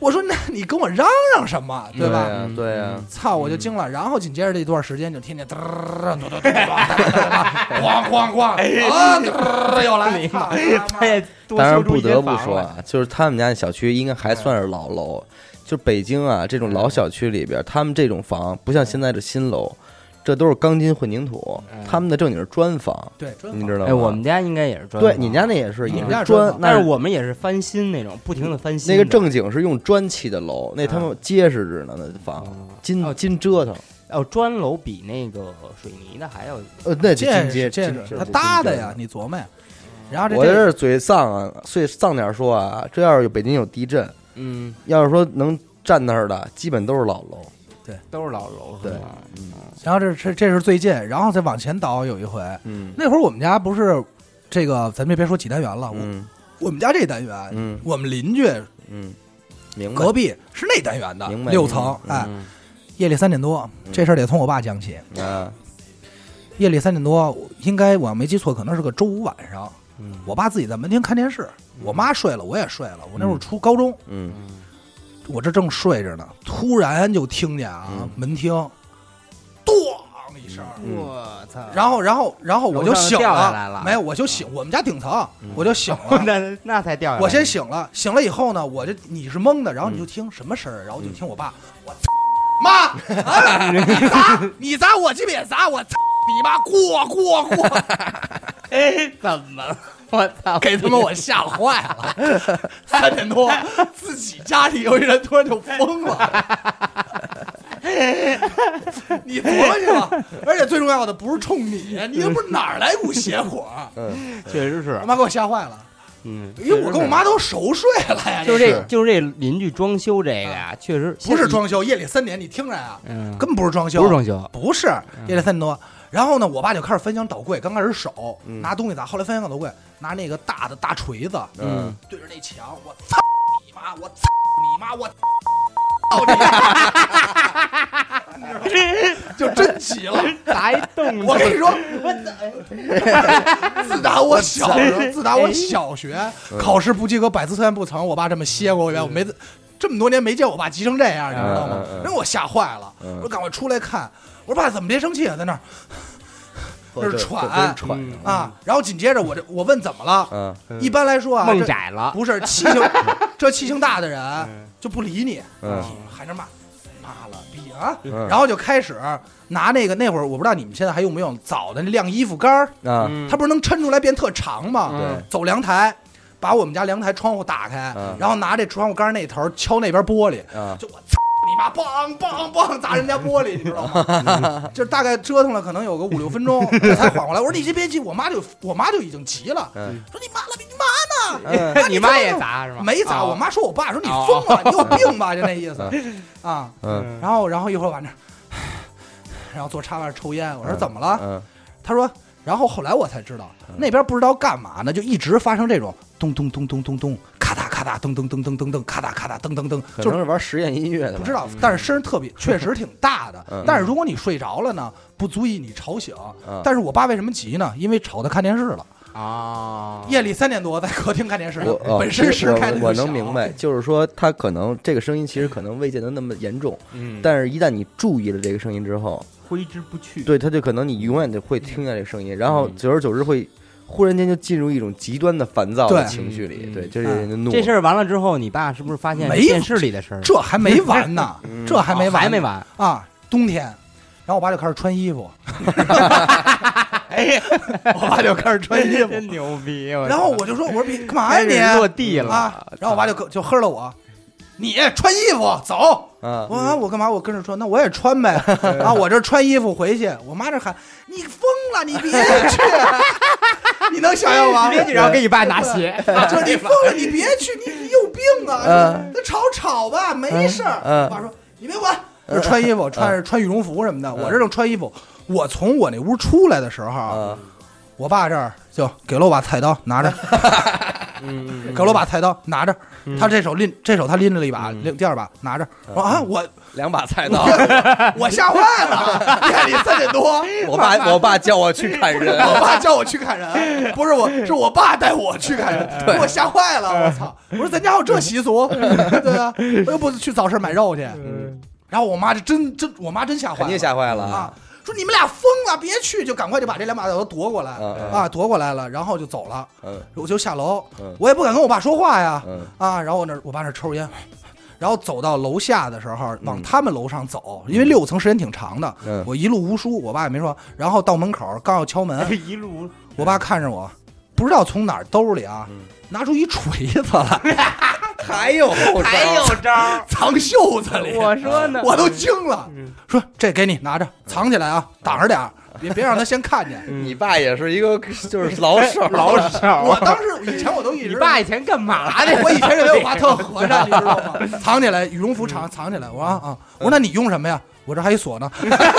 我说那你跟我嚷嚷什么，对吧？ 对呀，对呀， 操，我就惊了。然后紧接着这一段时间就天天嘚嘚嘚嘚嘚咣咣咣，啊，又来。 他也多当然不修出一间得不说房来啊，就是他们家那小区应该还算是老楼，就北京啊这种老小区里边，他们这种房不像现在的新楼，这都是钢筋混凝土，他们的正经是砖房， 对， 你知道吗？ 哎，我们家应该也是砖房， 对，你家那也是， 你也们家是砖房， 是砖那但是我们也是翻新那种，不停的翻新。 那个正经是用砖砌的楼，那他妈结实着呢，那房金金折腾。 哦，砖楼比那个水泥的还要呃，那这金接这金他搭的呀，你琢磨呀。然后这我这是嘴丧啊，所以丧点说啊，这要是有北京有地震， 嗯， 要是说能站那儿的，基本都是老楼。 对， 都是老楼， 对， 嗯。 然后这这这是最近，然后再往前倒有一回， 嗯， 那会儿我们家不是这个，咱们就别说几单元了， 嗯， 我我们家这单元， 嗯， 我们邻居， 嗯，明白， 隔壁是那单元的， 明白六层，哎，夜里三点多，这事儿得从我爸讲起啊。 夜里三点多，应该我要没记错，可能是个周五晚上，我爸自己在门厅看电视，我妈睡了，我也睡了，我那会儿初高中， 嗯， 我这正睡着呢，突然就听见啊，门厅咚一声， 我操！ 然后然后然后我就醒掉下来了， 没有，我就醒，我们家顶层，我就醒了， 那那才掉下来。 我先醒了，醒了以后呢，我就你是懵的，然后你就听什么声儿，然后就听我爸，我操妈，啊你砸你砸我这边砸我操你妈过过过， 哎，怎么了？我操！ 给他妈我吓坏了，三点多，自己家里有一人突然就疯了。你琢磨去吧，而且最重要的不是冲你，你又不是哪儿来股邪火， 嗯， 确实是他，妈给我吓坏了。 嗯， 因为我跟我妈都熟睡了呀， 就是这是就是这邻居装修这个呀，确实不是装修，夜里三点你听着呀， 嗯， 根本不是装修， 不是装修， 不是夜里三点多。然后呢，我爸就开始翻箱倒柜，刚开始手拿东西砸，后来翻箱倒柜拿那个大的大锤子， 嗯， 对着那墙，我操你妈，我操你妈，我操你，就真急了， 砸一洞。 我跟你说，自打我小时候，自打我小学考试不及格，百字测验不成，我爸这么歇过一遍，我没这么多年没见我爸急成这样，你知道吗？让我吓坏了，我赶快出来看，我说爸怎么别生气啊，在那儿。那是喘喘啊，然后紧接着我这我问怎么了？ 嗯， 一般来说啊， 梦窄了， 不是气性，这气性大的人就不理你， 嗯， 还那骂妈了逼啊，然后就开始拿那个那会儿我不知道你们现在还用不用早的那晾衣服杆儿啊， 它不是能抻出来变特长吗？ 对， 走阳台。把我们家阳台窗户打开，然后拿这窗户杆那头敲那边玻璃，就我操你妈，梆梆梆砸人家玻璃，你知道吗？就大概折腾了可能有个五六分钟，我才缓过来。我说你先别急，我妈就我妈就已经急了，说你妈了逼，你妈呢？ 你妈也砸是吗？ 没砸，我妈说我爸说你疯了，你有病吧？就那意思啊。嗯，然后然后一会儿往那，然后坐茶碗抽烟，我说怎么了？他说。然后后来我才知道，那边不知道干嘛呢，就一直发生这种咚咚咚咚咚咚，咔嗒咔嗒，噔噔噔噔噔噔，咔嗒咔嗒，噔噔噔， 就是玩实验音乐的， 不知道，但是声特别，确实挺大的。但是如果你睡着了呢，不足以你吵醒。但是我爸为什么急呢？因为吵他看电视了啊，夜里三点多在客厅看电视，本身是开的我能明白，就是说他可能这个声音其实可能未见得那么严重，但是一旦你注意了这个声音之后。 挥之不去， 对，他就可能你永远就会听见这个声音，然后久而久之会忽然间就进入一种极端的烦躁的情绪里，对，这是怒。 这事儿完了之后，你爸是不是发现电视里的事儿？ 这还没完呢，这还没完， 还没完啊！冬天，然后我爸就开始穿衣服，哎，我爸就开始穿衣服， 真牛逼！ 然后我就说，我说你干嘛呀你？ 落地了啊！然后我爸就就呵了我。你穿衣服走， 啊！ 我我干嘛？我跟着穿，那我也穿呗。然后我这穿衣服回去，我妈这喊你疯了，你别去，你能想象吗？ 别去，然后给你爸拿鞋， 就是你疯了，你别去，你你有病啊！那吵吵吧，没事儿。我爸说你别管，就穿衣服，穿穿羽绒服什么的。我这正穿衣服，我从我那屋出来的时候，我爸这儿就给了我把菜刀，拿着。 嗯， 给了我把菜刀拿着，他这手拎这手他拎着了一把，另第二把拿着，说啊我两把菜刀， 我吓坏了，店里三点多， 我爸我爸叫我去看人， 我爸叫我去看人，不是我是我爸带我去看人，给我吓坏了，我操！我说咱家有这习俗，对啊，我又不去早市买肉去，然后我妈这真真我妈真吓坏了， 肯定吓坏了啊！说你们俩疯了，别去，就赶快就把这两把菜刀夺过来、 嗯嗯、 啊，夺过来了，然后就走了。 嗯， 我就下楼， 嗯、 我也不敢跟我爸说话呀。 嗯啊，然后我那我爸那抽烟，然后走到楼下的时候，往他们楼上走，嗯、因为六层时间挺长的。 嗯， 我一路无书，我爸也没说。然后到门口刚要敲门， 一路， 我爸看着我，不知道从哪儿兜里啊、嗯、拿出一锤子来。 还有后招， 还有招， 藏袖子里。 我说呢， 我都惊了，说这给你拿着，藏起来啊，挡着点儿，别别让他先看见。 你爸也是一个就是老手， 老手。 我当时以前我都一直， 你爸以前干嘛的？ 我以前认为我爸特和善，你知道吗？藏起来，羽绒服藏藏起来。我说啊，我说那你用什么呀？我这还有锁呢。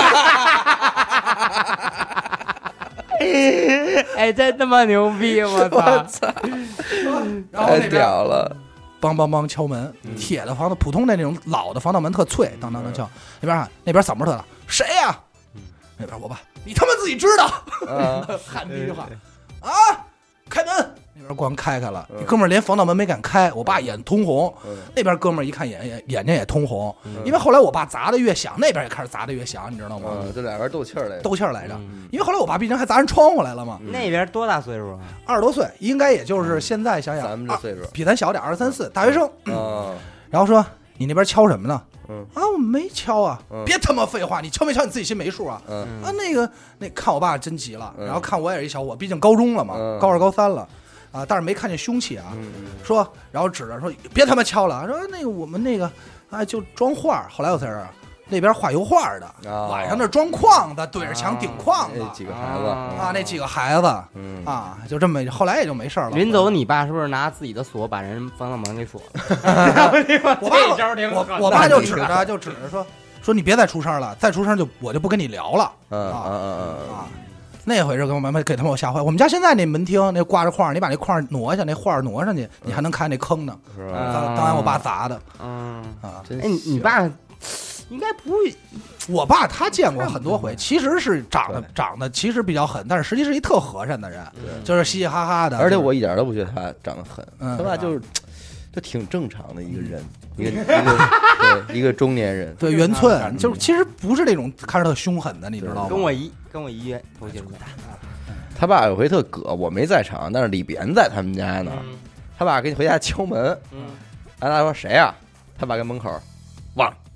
哎，真他妈牛逼！我操！ 太屌了。 梆梆梆敲门，铁的防盗，普通的那种老的防盗门特脆，当当当敲。那边那边嗓门特大，谁呀？那边我爸，你他妈自己知道，喊第一句话啊，开门。那边光开开了，哥们儿连防盗门没敢开，我爸眼通红。那边哥们儿一看眼眼眼睛也通红，因为后来我爸砸的越响，那边也开始砸的越响，你知道吗？ 这俩人斗气儿来着， 斗气儿来着。因为后来我爸毕竟还砸人窗户来了嘛。 那边多大岁数啊？ 二十多岁，应该也就是现在想想， 咱们这岁数比咱小点，二十三四，大学生。 啊， 然后说你那边敲什么呢？ 嗯啊，我没敲啊， 嗯、 别他妈废话，你敲没敲你自己心没数啊？ 嗯啊，那个那看我爸真急了， 嗯、 然后看我也是一小伙，毕竟高中了嘛， 嗯、 高二高三了，啊，但是没看见凶器啊。 嗯、 说，然后指着说别他妈敲了，说那个我们那个啊就装画，后来我才知道那边画油画的， 哦、 晚上那装矿的，对着墙顶矿的， 那几个孩子啊，那几个孩子， 嗯啊，就这么，后来也就没事了。 临走，你爸是不是拿自己的锁把人防盗门给锁了？ 我爸我我爸就指着就指着说说你别再出声了，再出声就我就不跟你聊了。 嗯嗯嗯嗯啊，那回是给我妈妈给他们我吓坏。我们家现在那门厅那挂着框，你把那框挪下，那画挪上去，你还能看那坑呢。 是吧？ 当当然我爸砸的。 嗯啊， 哎，你爸。应该不会， 我爸他见过很多回，其实是长得长得其实比较狠，但是实际是一特和善的人，就是嘻嘻哈哈的。 而且我一点都不觉得他长得狠， 嗯、 他爸就是就挺正常的一个人，一个一个对一个中年人， 对圆寸，就是其实不是那种看着特凶狠的，你知道吗？ 跟我姨跟我姨头接触大。 他爸有回特葛，我没在场，但是李别在他们家呢。嗯、他爸给你回家敲门，嗯，俺爸说谁呀、啊？他爸跟门口忘了。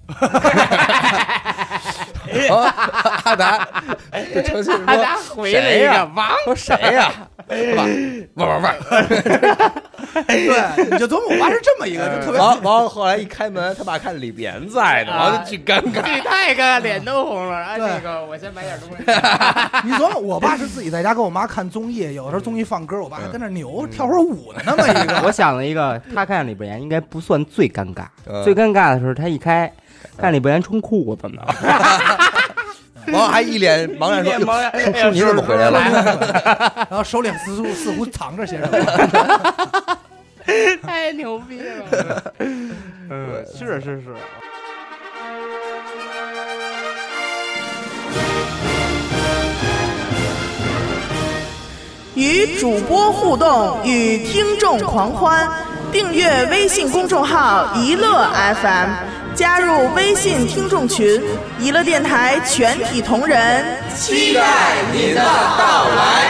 哦，阿达就诚信说， 阿达回了一个王， 说谁呀？汪汪汪！ 对，你就琢磨我爸是这么一个，就特别。 王王后来一开门，他爸看李别在呢，王就巨尴尬， 巨太尴尬，脸都红了。啊，那个我先买点东西。 你琢磨，我爸是自己在家跟我妈看综艺，有的时候综艺放歌，我爸还跟那扭跳会儿舞呢，那么一个。 我想了一个，他看李别应该不算最尴尬，最尴尬的是他一开。看李别穿裤子呢， 王还一脸茫然说：“叔，你怎么回来了？” 然后手里似乎似乎藏着些什么， 太牛逼了！嗯，是是是。 与主播互动，与听众狂欢。订阅微信公众号“一乐 F M”， 加入微信听众群，一乐电台全体同仁期待您的到来。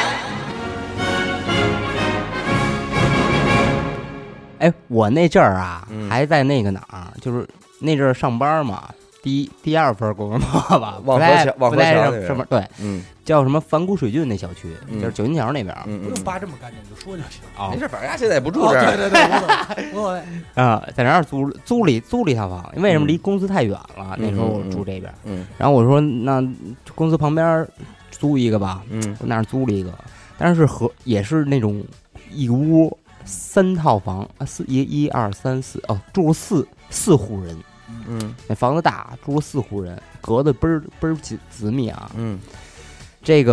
哎，我那阵儿啊， 嗯、 还在那个哪儿，就是那阵儿上班嘛，第一第二份工作吧， 望河桥，望河桥上面对，嗯。叫什么反骨水郡那小区， 嗯、 就是九金桥那边。 不用扒这么干净，你就说就行。 哦、 没事，反正他现在也不住这儿。 哦、对对对，无所谓。 啊，在那儿租租了租了一套房，为什么离公司太远了？ 嗯、 那时候我住这边。 嗯。 然后我说，那公司旁边租一个吧。 嗯。 我那儿租了一个，但是和也是那种一屋三套房啊，四一一二三四哦，住了四四户人。 嗯。 那房子大，住了四户人，隔得倍儿倍儿紧紧密啊。 嗯。 这个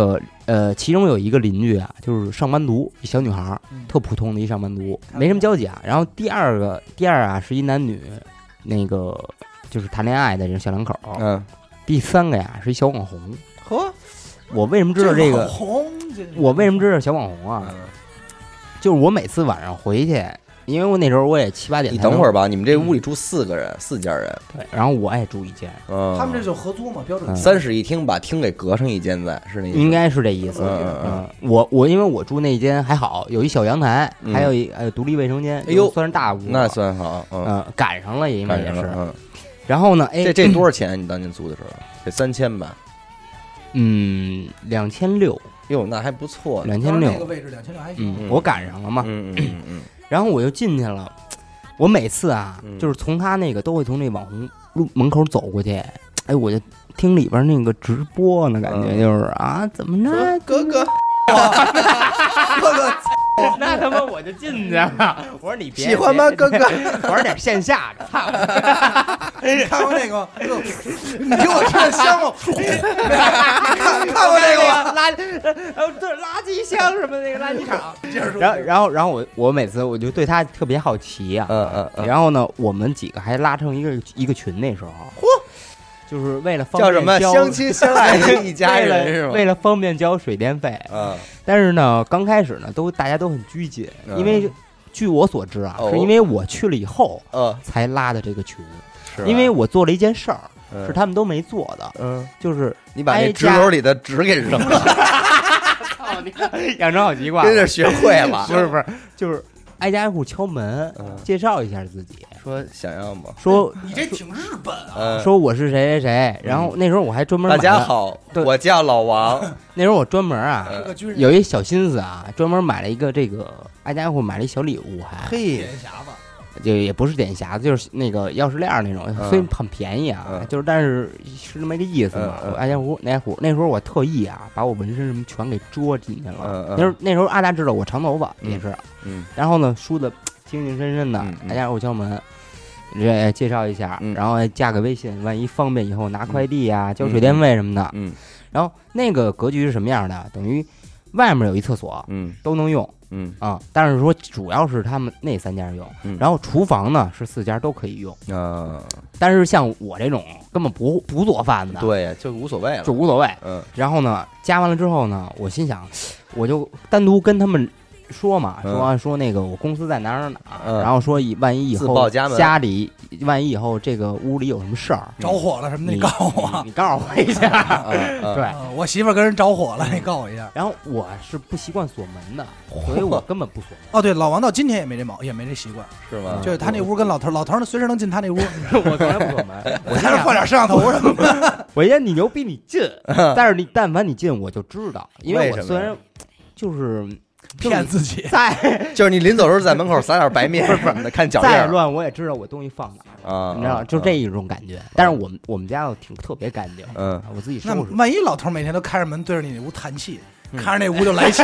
呃，其中有一个邻居啊，就是上班族，一小女孩儿， 嗯特普通的一上班族，没什么交集啊。然后第二个，第二啊是一男女，那个就是谈恋爱的这种小两口。 嗯， 第三个呀是一小网红。 呵， 我为什么知道这个？ 红， 我为什么知道小网红啊？ 嗯就是我每次晚上回去，因为我那时候我也七八点。 你等会儿吧，你们这屋里住四个人，四家人。 对，然后我也住一间。 嗯， 他们这就合租嘛，标准三室一厅，把厅给隔上一间在，是那意思？ 应该是这意思。 嗯嗯，我我因为我住那间还好，有一小阳台， 嗯还有一呃独立卫生间， 哎呦算是大屋。 那算好。嗯， 嗯，赶上了，因为也是。 嗯， 然后呢，哎， 这这多少钱？你当年租的时候得三千吧？ 嗯，两千六， 哟，那还不错呢。 两千六那个位置两千六还行。 嗯，我赶上了嘛。 嗯嗯嗯嗯。 然后我就进去了。我每次啊， 嗯就是从他那个都会从那网红路门口走过去，哎，我就听里边那个直播呢，感觉嗯就是啊，怎么着， 哥哥， 哥哥， 那他妈我就进去了。我说你别喜欢吗，哥哥？ 我说点线下的，操！ 你看过那个？你给我听着香吗？看看过那个吗？ 垃呃对垃圾箱什么那个垃圾场。 接着说。 然后然后然后我我每次我就对他特别好奇啊。 嗯嗯嗯。 然后呢，我们几个还拉成一个一个群，那时候，嚯，就是为了方叫什么便交相亲相爱的一家人为是吗？ 了为了方便交水电费。 嗯， 但是呢，刚开始呢，都大家都很拘谨， 嗯因为据我所知啊， 哦是因为我去了以后呃， 才拉的这个群， 是吧因为我做了一件事儿， 嗯是他们都没做的， 嗯， 就是你把那挨家纸篓里的纸给扔了， 操你养成好习惯了， 真是学会了。 不是不是，就是挨家挨户敲门， 嗯介绍一下自己， 说想要吗？ 说你这挺日本啊！ 嗯， 说我是谁谁谁，然后那时候我还专门大买了， 家好， 对我叫老王。 那时候我专门啊嗯这个军人有一小心思啊，专门买了一个这个挨家挨户买了一小礼物，还嘿， 点匣子， 就也不是点匣子，就是那个钥匙链儿那种， 嗯虽然很便宜啊， 嗯就是但是是那么一个意思嘛。 嗯嗯我挨家户那家户那时候我特意啊，把我纹身什么全给遮进去了。 嗯嗯那时候那时候阿达知道我长头发嗯也是， 嗯然后呢梳的精精神神的嗯，嗯挨家户敲门。这介绍一下， 嗯然后加个微信，万一方便以后拿快递啊、交水电费什么的。 嗯然后那个格局是什么样的？等于外面有一厕所嗯都能用嗯啊，但是说主要是他们那三家用， 嗯， 然后厨房呢是四家都可以用。 啊， 但是像我这种根本不不做饭的，， 对呀，就无所谓了就。无所谓。 嗯然后呢，加完了之后呢，我心想，我就单独跟他们说嘛， 嗯说说那个我公司在哪儿哪儿哪儿， 嗯然后说以万一以自后报家门家里万一以后这个屋里有什么事儿， 着火了什么的， 你你告诉我。 你你告诉我一下。 啊， 对， 啊我媳妇儿跟人着火了，你告诉我一下。 然后我是不习惯锁门的，所以我根本不锁门。 哦，对，老王到今天也没这毛，也没这习惯， 是吗？ 就是他那屋跟老头，老头呢随时能进他那屋， 我从来不锁门，我还是换点摄像头什么的。 我觉得你牛逼，你进，但是你但凡你进，我就知道，因为为什么我虽然就是骗自己。 再就是你临走时候在门口撒点白面什么的，看脚印儿再乱，我也知道我东西放哪儿， 啊， 你知道，就这一种感觉。但是我们我们家又挺特别干净， 嗯， 我自己收那拾。 万一老头每天都开着门对着你那屋叹气，看着那屋就来气。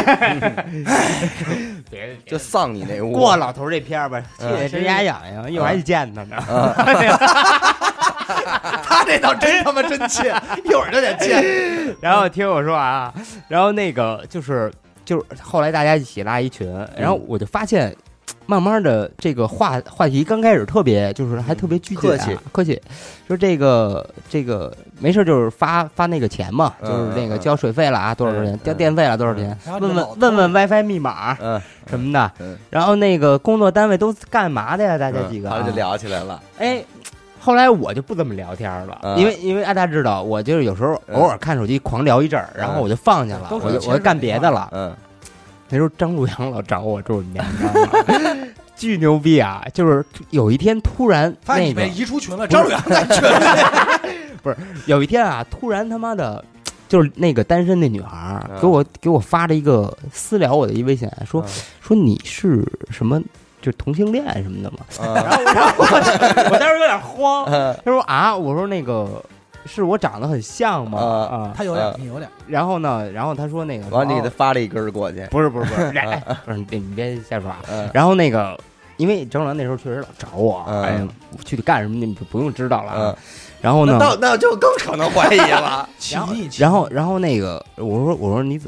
别就丧你那屋。 过老头这片儿吧，气嗯得直牙痒痒，一会儿还得见他呢。 他这倒真他妈真切，一会儿就得切。 然后听我说啊，然后那个就是就是后来大家一起拉一群，然后我就发现。慢慢的，这个话话题刚开始特别，就是还特别拘谨、啊， 客气客气，说这个这个没事，就是发发那个钱嘛， 嗯就是那个嗯交水费了啊，多少钱， 嗯交电费了多少钱， 然后就问问老问问 WiFi 密码嗯什么的， 嗯， 然后那个工作单位都干嘛的呀？大家几个、啊后来就聊起来了。 哎，后来我就不怎么聊天了， 嗯因为因为大家知道，我就是有时候嗯偶尔看手机狂聊一阵儿，然后我就放下了， 都是我就我就干别的了。 嗯那时候张路阳老找我住你家，你知道吗？巨牛逼啊！就是有一天突然那个发现你被移出群了，张鲁阳在群里。 有一天啊，突然他妈的，就是那个单身那女孩儿嗯给我给我发了一个私聊我的一微信，说嗯说你是什么？就是同性恋什么的嘛。 嗯然后然后我我当时有点慌， 嗯他说啊，我说那个是我长得很像吗？ 啊啊， 他有点嗯， 你有点。 然后呢，然后他说那个， 完了你给他哦发了一根儿过去。 不是不是不是，哎不是你别你别瞎说啊。 嗯然后那个，因为张良那时候确实老找我， 嗯哎呀，我具体干什么你就不用知道了嗯啊。然后呢， 那那就更可能怀疑了。 起然后腻起腻然后然后那个，我说我说你怎么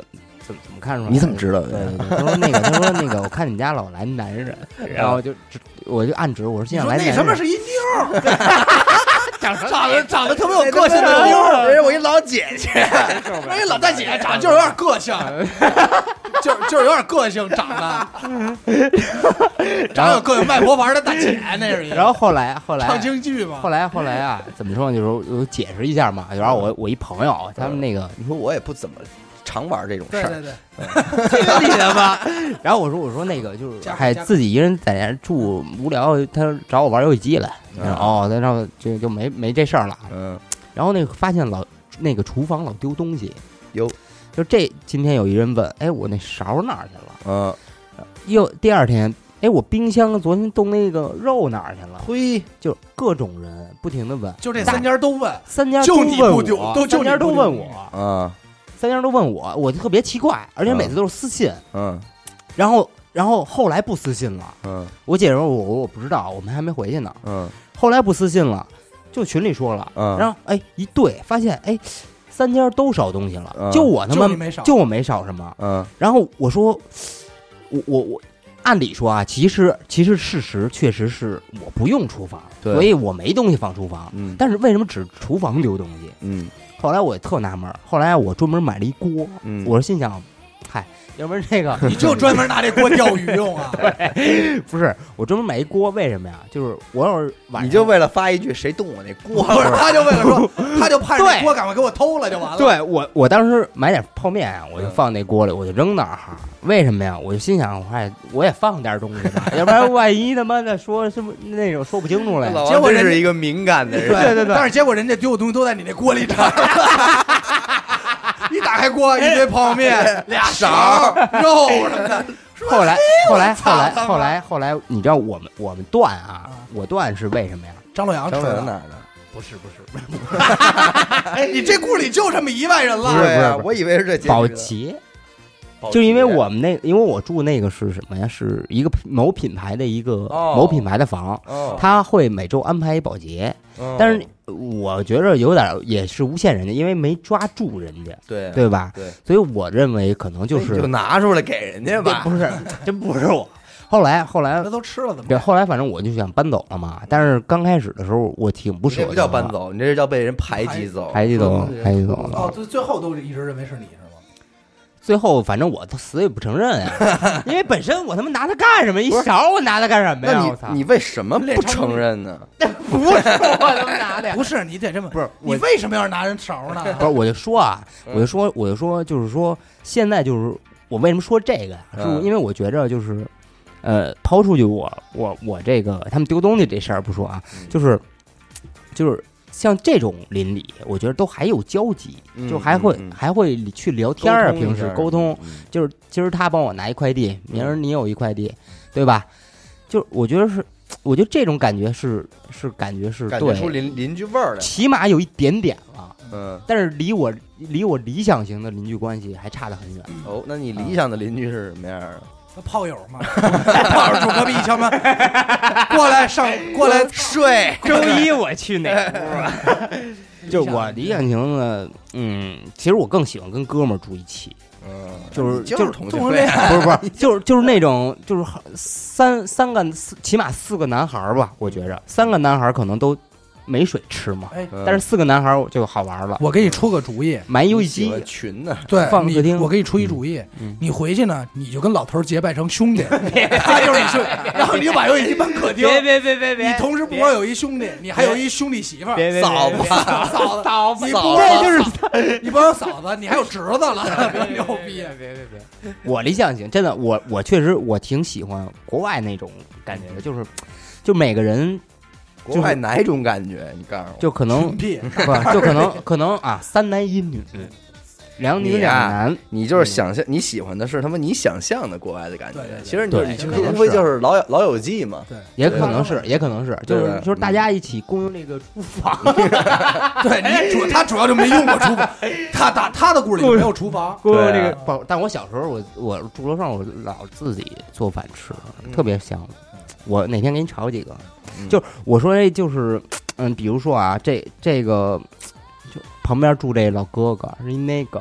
怎么怎么看出来？ 你怎么知道的？ 对对对，他说那个，他说那个，我看你家老来男人，然后就我就暗指，我说心想来男人， 那什么是一妞儿， 长长得长得特别有个性的妞儿， 人我一老姐姐， 人家老大姐长得就是有点个性，就就是有点个性，长得长得有个性卖婆房的大姐那是一个。 然后后来后来唱京剧嘛， 后来后来啊，怎么说呢？就是我解释一下嘛，然后我我一朋友他们那个。 你说我也不怎么常玩这种事儿， 对对对， 这理解吧？然后我说我说那个就是还自己一人在家住无聊，他找我玩游戏机来，然后哦，然后就就没没这事儿了。 嗯， 然后那个发现老那个厨房老丢东西， 有就这今天有一人问，哎，我那勺哪儿去了？ 嗯， 又第二天，哎，我冰箱昨天冻那个肉哪儿去了？ 嘿， 就各种人不停的问， 就这三家都问， 三家就你不丢， 都三家都问我啊。 三家都问我，我就特别奇怪，而且每次都是私信， 嗯， 然后然后后来不私信了， 嗯， 我姐说我我不知道，我们还没回去呢， 嗯， 后来不私信了，就群里说了， 嗯， 然后哎一对发现哎三家都少东西了， 嗯、 就我他妈就没少， 就我没少什么， 嗯， 然后我说我我我按理说啊，其实其实事实确实是我不用厨房，所以我没东西放厨房， 嗯， 但是为什么只厨房丢东西？ 嗯。 后来我也特纳闷，后来我专门买了一锅， 嗯、 我是心想，嗨，要不然这个你就专门拿这锅钓鱼用啊？ 不是，我专门买一锅，为什么呀？就是我要是晚上， 你就为了发一句谁动我那锅， 不是，他就为了说，他就盼着这锅赶快给我偷了就完了。 对我，我当时买点泡面啊，我就放那锅里，我就扔那儿哈。为什么呀？我就心想，我还我也放点东西吧，要不然万一他妈的说什么那种说不清楚来。 结果是一个敏感的人， 对对对。但是结果人家丢的东西都在你那锅里尝。一打开锅，一堆泡面，俩勺、肉什么的。 后来，后来，后来，后来，后来，你知道我们我们段啊，我段是为什么呀？ 张洛阳吃的哪儿的？ 不是不是不是。哎，你这屋里就这么一万人了？ 不是不是， 我以为是这保洁。就因为我们那，因为我住那个是什么呀？是一个某品牌的一个、哦、某品牌的房， 哦、 他会每周安排一保洁， 哦、 但是我觉得有点也是诬陷人家，因为没抓住人家， 对对吧？ 对， 所以我认为可能就是就拿出来给人家吧， 不是，真不是我。后来后来那都吃了怎么？ 对，后来反正我就想搬走了嘛，但是刚开始的时候我挺不舍得。 这不叫搬走，你这是叫被人排挤走， 排挤走，排挤走了。 哦，最最后都一直认为是你。 最后，反正我他死也不承认呀，因为本身我他妈拿它干什么？一勺我拿它干什么呀？ 那你你为什么不承认呢？ 不是我他妈拿的呀！ 不是你得这么不是你为什么要是拿人勺呢？ 不是，我就说啊，我就说我就说就是说，现在就是我为什么说这个呀？是因为我觉着就是呃，抛出去我我我这个他们丢东西这事儿不说啊，就是就是。像这种邻里，我觉得都还有交集， 嗯、 就还会、 嗯、 还会去聊天啊，平时沟通， 嗯、 就是今儿他帮我拿一快递，明儿你有一快递，对吧？就我觉得是，我觉得这种感觉是是感觉是感觉出邻邻居味儿来， 起码有一点点了， 嗯， 但是离我离我理想型的邻居关系还差得很远。 哦，那你理想的邻居是什么样的？ 那炮友嘛，炮友住隔壁一敲门，过来上过来睡。 周一我去哪屋？就我理想型的，嗯，其实我更喜欢跟哥们儿住一起。 嗯， 就是就是同性恋， 不是不是，就是就是那种就是三三个四起码四个男孩儿吧，我觉着三个男孩儿可能都。没水吃嘛， 哎， 但是四个男孩就好玩了。 我给你出个主意， 买游戏机群呢， 对， 放客厅。 我给你出一主意， 嗯、 你回去呢，你就跟老头结拜成兄弟，他就是你兄弟，然后你就把游戏机搬客厅。 别别别别别！ 你同时不光有一兄弟，你还有一兄弟媳妇儿， 嫂子， 嫂子， 嫂子， 你不这就是你不有嫂子，你还有侄子了，别牛逼！ 别别别！我理想型真的，我我确实我挺喜欢国外那种感觉的，就是就每个人。 国外哪种感觉？你告诉我， 就可能不，就可能可能啊，三男一女，两女两男。 你就是想象你喜欢的是他妈你想象的国外的感觉。其实你对， 无非就是老友老友记嘛。 对，也可能是，也可能是，就是就是大家一起共用那个厨房。 对你主他主要就没用过厨房，他他他的故事里没有厨房。 共用那个，但我小时候我我住楼上，我老自己做饭吃，特别香。我哪天给你炒几个。就我说这就是，嗯，比如说啊，这这个就旁边住这老哥哥是一那个，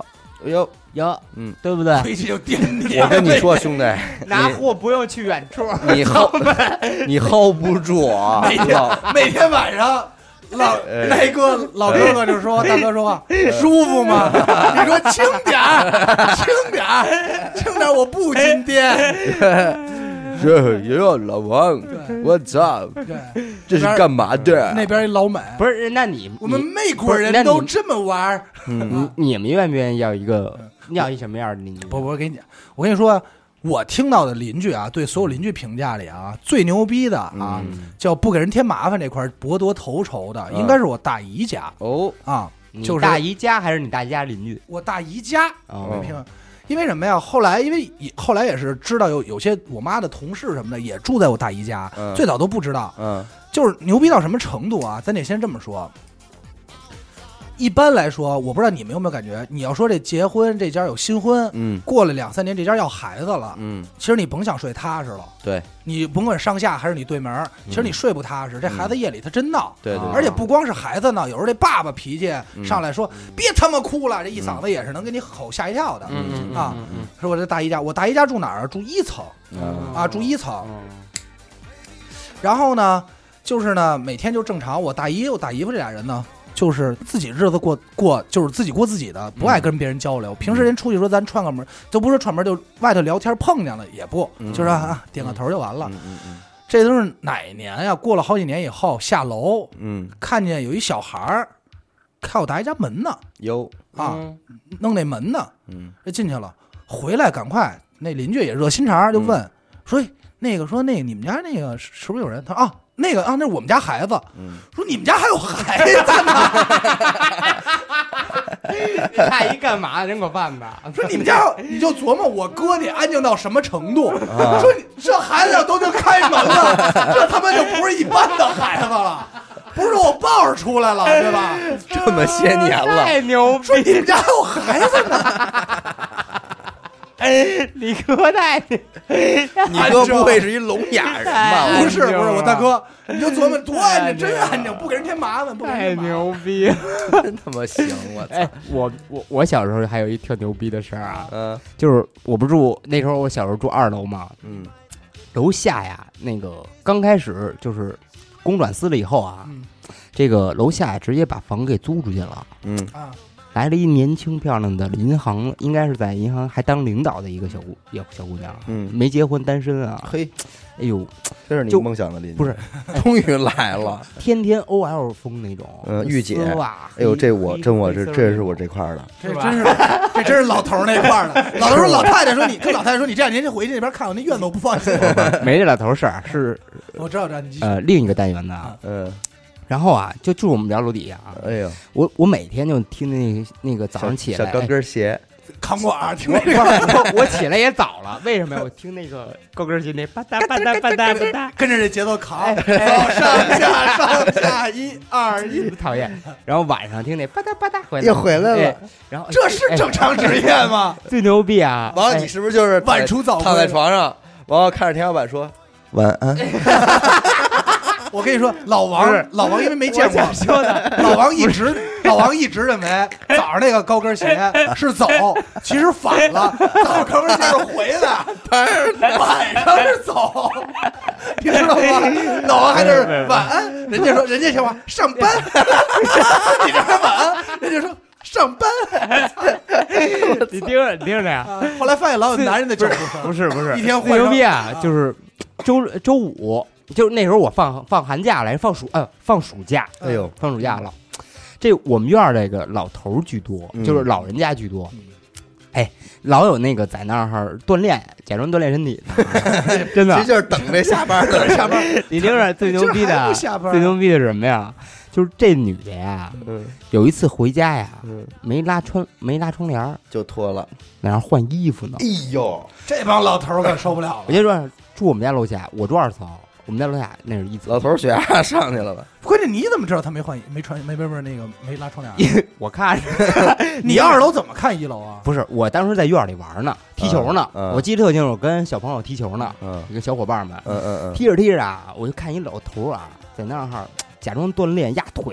哟哟， 嗯， 对不对？ 回去就掂掂。 我跟你说，兄弟， 拿货不用去远处， 你 hold 你 hold 不住啊！ 每天每天晚上。老那哥老哥哥就说：“大哥说话舒服吗？你说轻点儿，轻点儿，轻点儿，我不进店。” 这哟，老王，我操， 对， 这是干嘛的？ 那边一老美不是？那你我们美国人都这么玩儿。 嗯， 你你们愿不愿意要一个要一什么样的邻居？ 不，我给你讲，我跟你说。我听到的邻居啊，对所有邻居评价里啊，最牛逼的啊， 嗯、 叫不给人添麻烦这块博得头筹的，嗯、应该是我大姨家哦啊，就是大姨家还是你大姨家邻居？ 我大姨家， 哦、 没评，因为什么呀？后来因为后来也是知道有有些我妈的同事什么的也住在我大姨家， 嗯、 最早都不知道， 嗯， 就是牛逼到什么程度啊？咱得先这么说。一般来说，我不知道你们有没有感觉，你要说这结婚这家有新婚， 嗯， 过了两三年这家要孩子了， 嗯， 其实你甭想睡踏实了， 对， 你甭管上下还是你对门，其实你睡不踏实，嗯、这孩子夜里他真闹， 对 对, 对， 而且不光是孩子闹，有时候这爸爸脾气上来说、 嗯、 别他妈哭了，这一嗓子也是能给你吼吓一跳的， 嗯啊， 嗯嗯、 说我这大姨家，我大姨家住哪儿？住一层， 嗯、 啊，住一层，嗯、然后呢，就是呢，每天就正常，我大姨我大姨夫这俩人呢。就是自己日子过过，就是自己过自己的，不爱跟别人交流。嗯、平时人出去说咱串个门，都不是串门，就外头聊天碰见了也不，嗯、就是啊点个头就完了。 嗯嗯嗯、 这都是哪年呀？过了好几年以后下楼， 嗯， 看见有一小孩儿开我大姨家门呢， 有啊，嗯、弄那门呢， 嗯， 就进去了，回来赶快，那邻居也热心肠，就问、嗯、说那个说那个你们家那个是不是有人？他说啊。那个啊，那是我们家孩子。嗯，说你们家还有孩子呢？ 大姨干嘛？人给我办的。 说你们家，你就琢磨我哥得安静到什么程度。啊、说你这孩子要都能开门了，这他妈就不是一般的孩子了，不是我抱着出来了，对吧？ 这么些年了， 太牛逼！ 说你们家还有孩子呢。 你哥太， 你哥不会是一聋哑人吧？ 不是不是，我大哥，你就琢磨多安静，真安静，不给人添麻烦，不给人太牛逼， 真他妈行！我操！ 哎，我我我小时候还有一特牛逼的事儿啊， 嗯， 就是我不住那时候，我小时候住二楼嘛， 嗯， 楼下呀，那个刚开始就是公转私了以后啊， 嗯、 这个楼下直接把房给租出去了， 嗯啊。 来了一年轻漂亮的银行，应该是在银行还当领导的一个小姑小小姑娘， 嗯， 没结婚单身啊， 嘿， 哎呦， 这是你梦想的邻居， 不是， 终于来了， 天天 O L 风那种， 嗯，御姐， 哇， 哎呦，这我真我这这是我这块的， 这真是这真是老头那块的，老头说老太太说你跟老太太说你这两年就回去那边看我那院子我不放心， 没这老头事儿，是我知道知道，你呃另一个单元的， 嗯。 然后啊，就住我们家楼底下啊。 哎呦， 我我每天就听那个那个早上起来小高跟鞋， 扛管儿，听那个我我起来也早了，为什么呀？我听那个高跟鞋那吧嗒吧嗒吧嗒吧嗒， 跟着这节奏扛，上下上下一二一， 讨厌。然后晚上听那吧嗒吧嗒回来又回来了， 然后这是正常职业吗？ 最牛逼啊！ 王，你是不是就是晚出早归， 躺在床上，然后看着天花板说晚安？ 我跟你说，老王，老王因为没见过， 说的， 老王一直，老王一直认为早上那个高跟鞋是走，其实反了，早上高跟鞋是回来，晚上是走，你知道吗？老王还是晚安，人家说人家想话上班，你这还晚安，人家说上班， 你听着，你听着呀。 后来发现老有男人的脚步声， 不是不是， 一天最牛逼啊，就是周周五。就是那时候我放放寒假来放暑呃放暑假， 哎呦放暑假了，这我们院儿这个老头居多， 嗯、 就是老人家居多，嗯、哎，老有那个在那儿锻炼，假装锻炼身体，真的， 其实就是等这下班等着下班。 你听着最牛逼的，最牛逼的是什么呀？就是这女的呀， 嗯、 有一次回家呀， 嗯、 没拉窗没拉窗帘就脱了， 在那儿换衣服呢。 哎呦， 这帮老头可受不了了。 我就说住我们家楼下，我住二层。我们家楼下那是一层， 老头血压上去了吧？ 关键你怎么知道他没换没穿没没不是那个没拉窗帘？ 我看着你二楼怎么看一楼啊？ 不是，我当时在院里玩呢，踢球呢。 嗯嗯、 我记得特清楚，跟小朋友踢球呢， 嗯， 一个小伙伴们， 嗯嗯嗯， 踢着踢着啊，我就看一老头啊，在那儿假装锻炼压腿，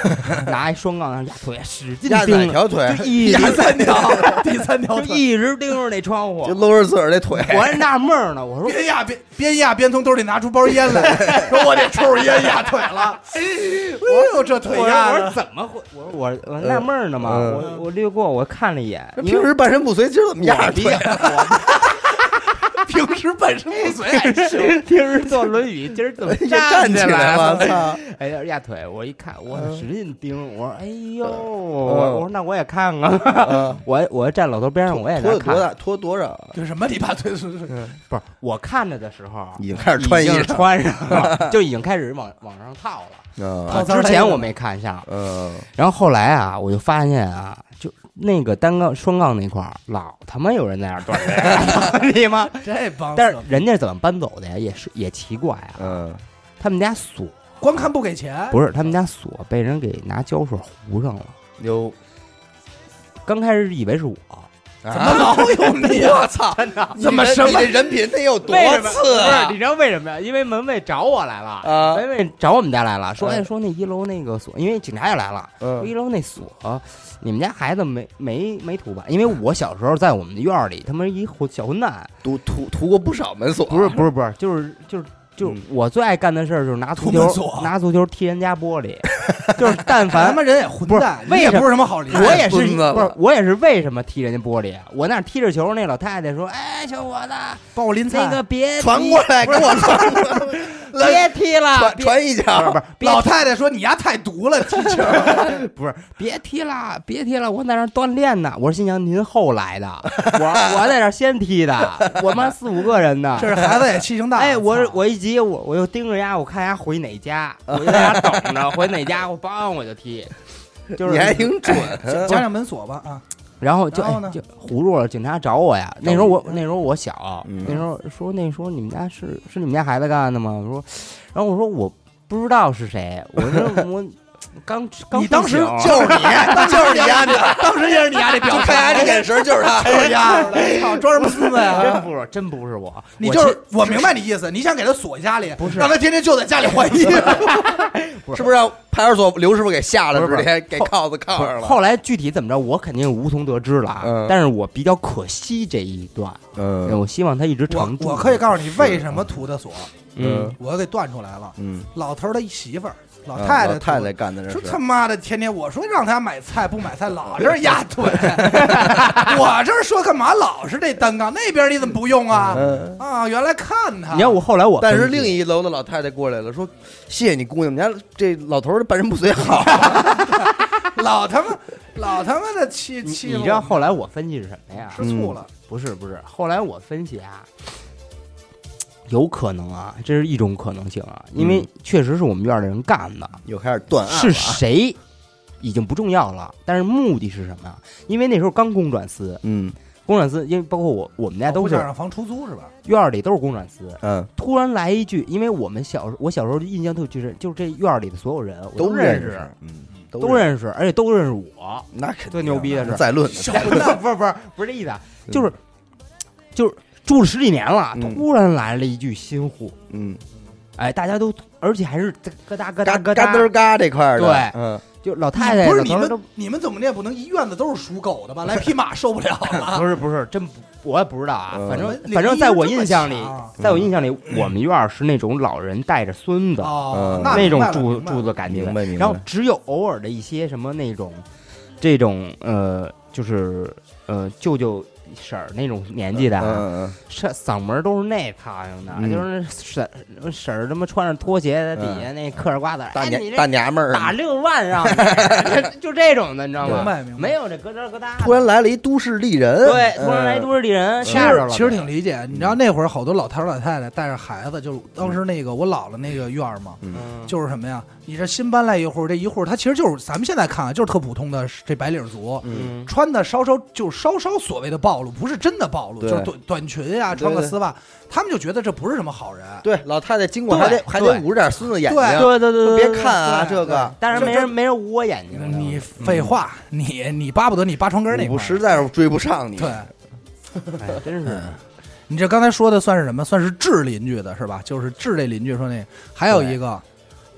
拿一双杠压腿，使劲压哪盯， 条腿？ 就一直第三条，第三条就腿， 一直盯着那窗户就，搂着自个儿那腿。 我还纳闷呢，我说边压边边压边从兜里拿出包烟来，说我得抽着烟压腿了。哎呦，这腿我说我说压的， 怎么会？我说我我纳闷呢嘛， 嗯我我略过，我看了一眼，因平为时半身不遂，今儿怎么压着腿？ 平时本身不遂还行。 平时坐轮椅，今儿怎么站起起来了？ 了？操！ 哎呀，压腿！我一看，我使劲盯，我说：“哎呦！” 嗯我我说：“那我也看看。 嗯” 我我站老头边上，我也在看。 拖多大？拖多少？ 就什么你把腿是不是我看着的时候， 已经开始穿衣已经裳穿上了，就已经开始往往上套了。 嗯套之前我没看上， 嗯， 然后后来啊，我就发现啊，就那个单杠双杠那块儿，老他妈有人在那儿锻炼，你妈！ 这帮， 但是人家怎么搬走的呀？也是也奇怪啊， 嗯， 他们家锁光看不给钱， 不是他们家锁被人给拿胶水糊上了。 有刚开始以为是我， 怎么老有你啊？ 我操！ 真的怎么什么你这人品得有多为什么？ 次啊不是，你知道为什么呀？因为门卫找我来了， 啊门卫找我们家来了，说嗯哎说那一楼那个锁，因为警察也来了，说嗯一楼那锁，你们家孩子没没没涂吧？因为我小时候在我们的院儿里，他们一混小混蛋， 涂涂涂过不少门锁， 不是不是不是，就是就是。就是我最爱干的事儿就是拿足球涂门锁拿足球踢人家玻璃，就是但他凡妈人也混蛋， 不是为什么你也不是什么好人。 我也是孙子了不是我也是为什么踢人家玻璃？我那踢着球，那老太太说：“哎，小伙子， 帮我拎菜。 那个别踢传过来，给我传过来， 别踢了， 传别传一脚不是不是别老太太说你丫太毒了，踢球。 不是别踢了，别踢了，我在那儿锻炼呢。我说心想您后来的，我我在这儿先踢的，我妈四五个人呢。 这是孩子也气性大。 哎，我操我一急，我我又盯着丫，我看丫回哪家，我就在家等着，回哪家我帮我就踢，就是你还挺准。 讲讲门锁吧啊！ 然后就然后呢哎就糊住了，警察找我呀。那时候我那时候我小， 嗯那时候说那说你们家是是你们家孩子干的吗？我说，然后我说我不知道是谁，我说我刚刚你当时睡醒就是你，就是你丫的， 当时也是你丫这表情， 就看丫这眼神，就是他。 就是丫的，操，装什么孙子真呀？ 不是真不是我， 你就是我其我明白你意思，你想给他锁家里， 不是让他天天就在家里换衣服。 是不是让派出所刘师傅给吓了， 不是直接给后铐子铐不是上了？ 后来具体怎么着，我肯定无从得知了啊。 嗯但是我比较可惜这一段， 嗯我希望他一直我长住。 我可以告诉你为什么涂的锁， 嗯， 我给断出来了。 嗯， 老头儿的媳妇儿，老嗯太太， 老太太干的这是说他妈的天天我说让他买菜不买菜，老这儿压腿。我这儿说干嘛老是这单杠，那边你怎么不用啊？ 嗯。 啊，原来看他。 你要我后来我分析， 但是另一楼的老太太过来了，说：“谢谢你姑娘，我们家这老头儿的半身不遂好。 老他妈老他妈的气你气， 你知道后来我分析是什么呀？ 吃醋了。 不是不是，后来我分析啊，有可能啊，这是一种可能性啊，因为确实是我们院儿的人干的，” 又开始断案了。 是谁已经不重要了，但是目的是什么呀？因为那时候刚公转私， 嗯公转私，因为包括我我们家都是不想让房出租是吧？ 院儿里都是公转私。 嗯， 突然来一句，因为我们小时候我小时候印象特就是就是这院儿里的所有人我都认识，嗯， 都认识，而且都认识我。 那肯定最牛逼的是再论呢， 小混蛋不是不是不是这意思啊，就是就是住了十几年了， 嗯突然来了一具新户， 嗯， 哎，大家都而且还是咯哒咯嘎哒咯嘎噔嘎这块儿的， 对嗯， 就老太太不是你老头儿都们你们怎么的也不能一院子都是属狗的吧？来匹马受不了了。 不是不是真不我也不知道啊， 嗯反正领反正在我这么印象里强， 在我印象里，我们院儿是那种老人带着孙子哦嗯， 那那种明白了住明白了住的感觉明白明，白然后只有偶尔的一些什么那种这种呃，就是呃舅舅婶儿那种年纪的啊， 嗯嗯是嗓门都是那苍蝇的， 嗯就是婶婶儿他妈穿着拖鞋在底下那嗑着瓜子儿， 大哎，你这娘大娘们儿打六万让你，就这种的，你知道吗？ 明白明白。 没有这咯噔咯哒的， 突然来了一都市丽人， 对，突然来一嗯都市丽人， 其吓着了， 实其实挺理解，你知道那会儿好多老头儿老太太带着孩子，就是当时那个我姥姥那个院儿嘛， 嗯嗯， 就是什么呀？你这新搬来一户，这一户他其实就是咱们现在看啊，就是特普通的这白领族， 嗯穿的稍稍就稍稍所谓的暴露，不是真的暴露， 对就是短短裙呀、 对穿个丝袜，他们就觉得这不是什么好人。 对，老太太经过还得对还得捂着点孙子眼睛， 对对对对， 别看啊对这个， 但是没这人没人捂我眼睛， 你废话，你你巴不得你扒床根儿那块儿我实在是追不上你， 对， 哎，真是， 你这刚才说的算是什么？算是治邻居的是吧？就是治这邻居说那，还有一个，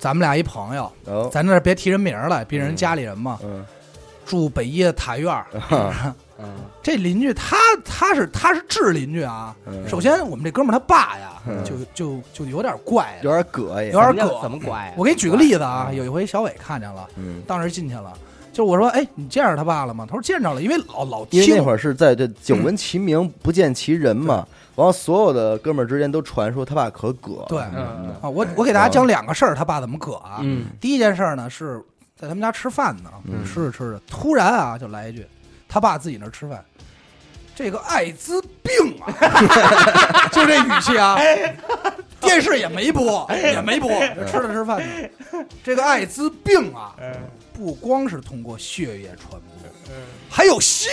咱们俩一朋友， 哦， 咱这别提人名了，毕竟人家里人嘛， 嗯住北一的塔院儿。 嗯， 这邻居他他是他是智邻居啊。 嗯首先，我们这哥们儿他爸呀， 嗯就就就有点怪， 有点膈应， 有点怎么叫膈怎么拐？ 我给你举个例子啊，有一回小伟看见了， 嗯。 当时进去了，就我说，哎，你见着他爸了吗？他说见着了，因为老老因为听那会儿是在这久闻其名不见其人嘛，然后所有的哥们儿之间都传说他爸可膈， 对嗯啊，我我给大家讲两个事儿，他爸怎么膈啊？ 嗯第一件事儿呢是在他们家吃饭呢， 嗯吃着吃着，突然啊就来一句，他爸自己那儿吃饭，这个艾滋病啊，就这语气啊，电视也没播，也没播，就吃着吃饭呢，这个艾滋病啊，不光是通过血液传播，还有性，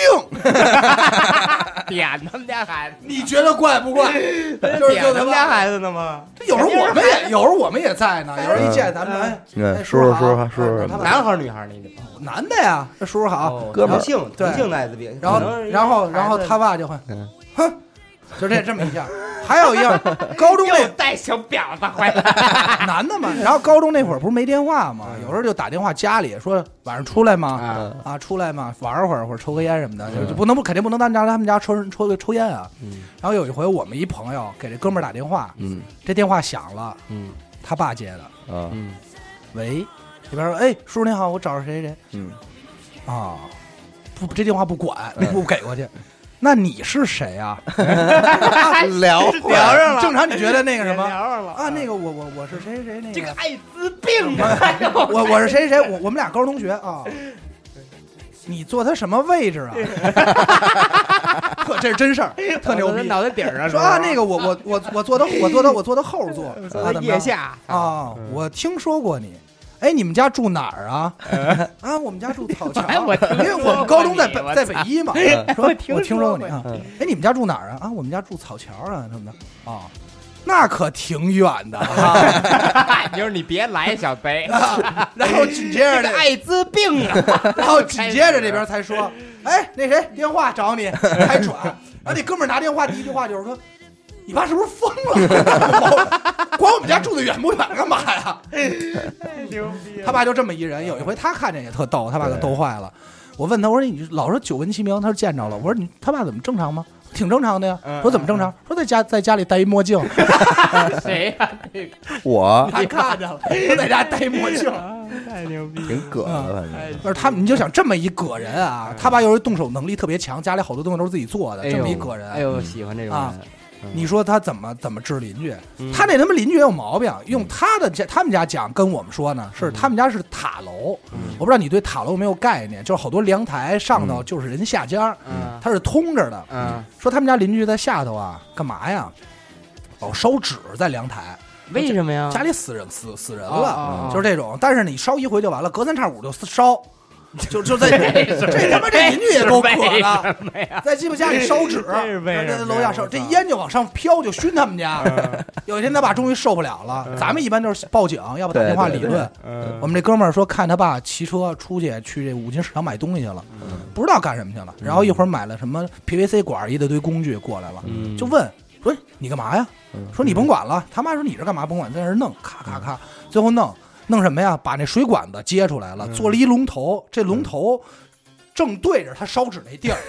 点他们家孩子， 你觉得怪不怪？就是点他们家孩子呢吗？ 这有时候我们也，有时候我们也在呢。有时候一见咱们，哎， 嗯哎， 叔叔好， 叔叔叔哎他爸男孩儿女孩儿那个男的呀，这叔叔好， 哥们儿同性对同性的艾滋病， 然后可能然后然后孩子他爸就会嗯， 哼，就这这么一下。还有一样，高中又那带小婊子回来， 男的嘛，然后高中那会儿不是没电话嘛，有时候就打电话家里说晚上出来嘛， 啊啊出来嘛玩会儿或者抽个烟什么的，就就不能不肯定不能咱家他们家抽抽个抽烟啊。 嗯然后有一回我们一朋友给这哥们儿打电话， 嗯这电话响了， 嗯他爸接的， 啊嗯， 喂，这边说哎叔叔您好，我找着谁谁谁。 嗯啊，不，这电话不管，不给过去。那你是谁啊？ 聊聊上了。正常你觉得那个什么聊上了啊？那个我我我是谁谁谁那个这个艾滋病啊， 我我是谁谁我我们俩高中同学啊。你坐他什么位置啊？特这是真事儿，特牛逼。 脑袋顶上说啊，那个我我我我坐的我坐的我坐的后座啊，怎么着腋下啊？我听说过你。哎，你们家住哪儿啊？啊，我们家住草桥。 哎我听因为我们高中在北说过你在北一嘛。说我听我听说过你说啊。哎，你们家住哪儿啊？啊，我们家住草桥啊，什么的啊。那可挺远的啊。 就是你别来，小贼， 然后紧接着这， 艾滋病啊， 然后紧接着这边才说，哎，那谁电话找你，还转。然后那哥们儿拿电话第一句话就是说。你爸是不是疯了？管我们家住的远不远干嘛呀？ 太牛逼了！ 他爸就这么一人。有一回他看见也特逗，他爸给逗坏了。我问他，我说你老说久闻其名，他说见着了。我说你他爸怎么正常吗？挺正常的呀。说怎么正常？说在家在家里戴一墨镜。 谁呀？这个我他看见了，说在家戴墨镜。 太牛逼了！ 挺膈的，反正不是他，你就想这么一膈人啊，他爸又是动手能力特别强，家里好多东西都是自己做的，这么一膈人。 哎呦，喜欢这种啊人。 你说他怎么怎么治邻居？他那他妈邻居也有毛病。用他的家他们家讲跟我们说呢，是他们家是塔楼。我不知道你对塔楼有没有概念，就是好多阳台上头就是人下间儿， 嗯它是通着的。 嗯， 说他们家邻居在下头啊，干嘛呀？老烧纸在阳台， 为什么呀？ 家里死人死死人哦哦了， 哦就是这种。但是你烧一回就完了，隔三差五就烧。就就在这他妈这邻居也够可的，在鸡巴家里烧纸，在楼下烧，这烟就往上飘，就熏他们家。有一天他爸终于受不了了，咱们一般都是报警，要不打电话理论。我们这哥们儿说看他爸骑车出去去这五金市场买东西去了，不知道干什么去了。然后一会儿买了什么 P V C 管一大堆工具过来了，就问说你干嘛呀？说你甭管了。他妈说你这干嘛？甭管，在那儿弄，咔咔咔，最后弄。弄什么呀？把那水管子接出来了，做了一龙头，这龙头正对着他烧纸那地儿。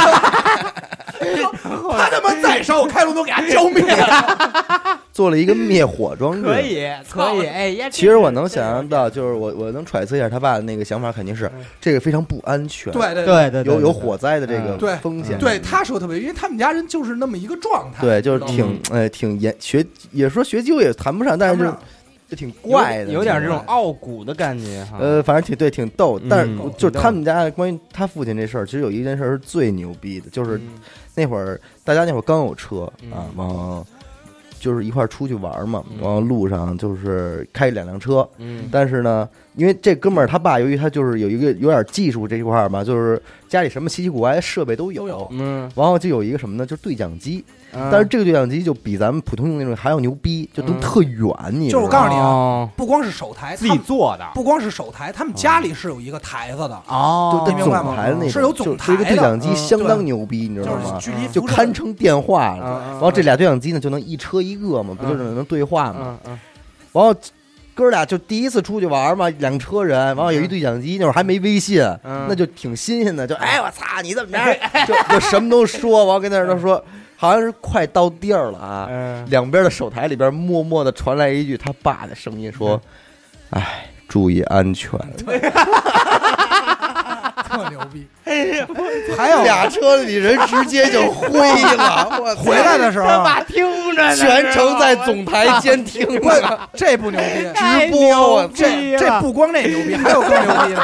他他妈再烧，我开龙头给他浇灭了。 做了一个灭火装置， 可以可以，哎呀， 其实我能想象到，就是我我能揣测一下他爸的那个想法，肯定是这个非常不安全， 对对对对， 有有火灾的这个对风险。 对，他说特别，因为他们家人就是那么一个状态。 对，就是挺呃挺严学，也说学究也谈不上，但是就就挺怪的， 有点这种傲骨的感觉哈。 呃，反正挺对，挺逗。但是嗯就是他们家关于他父亲这事儿，其实有一件事是最牛逼的，就是那会儿大家那会儿刚有车啊，往就是一块儿出去玩嘛，往路上就是开两辆车， 嗯， 但是呢，因为这哥们儿他爸由于他就是有一个有点技术这一块儿嘛，就是家里什么稀奇古怪的设备都有， 都有嗯， 然后就有一个什么呢，就是对讲机。 嗯但是这个对讲机就比咱们普通用那种还要牛逼，就都特远。你就是我告诉你啊， 哦不光是手台， 自己做的， 不光是手台，他们家里是有一个台子的， 哦就总你明白吗台的那种， 是有总台的就这个对讲机嗯相当对牛逼，你知道吗？ 就是距离就辐射堪称电话了。 嗯然后这俩对讲机呢，就能一车一个嘛，不就是能对话嘛？ 嗯嗯然后哥俩就第一次出去玩嘛，两车人，完了有一对讲机，那会儿还没微信， 嗯那就挺新鲜的，就哎我操你怎么着，就就什么都说，完跟那儿都说，好像是快到地儿了啊， 嗯两边的手台里边默默的传来一句他爸的声音说：“哎，注意安全。” 特牛逼。还有俩车里人直接就灰了，我回来的时候， 爸听着呢， 全程在总台监听关呢， 这不牛逼， 直播我这这不光这牛逼，还有更牛逼的。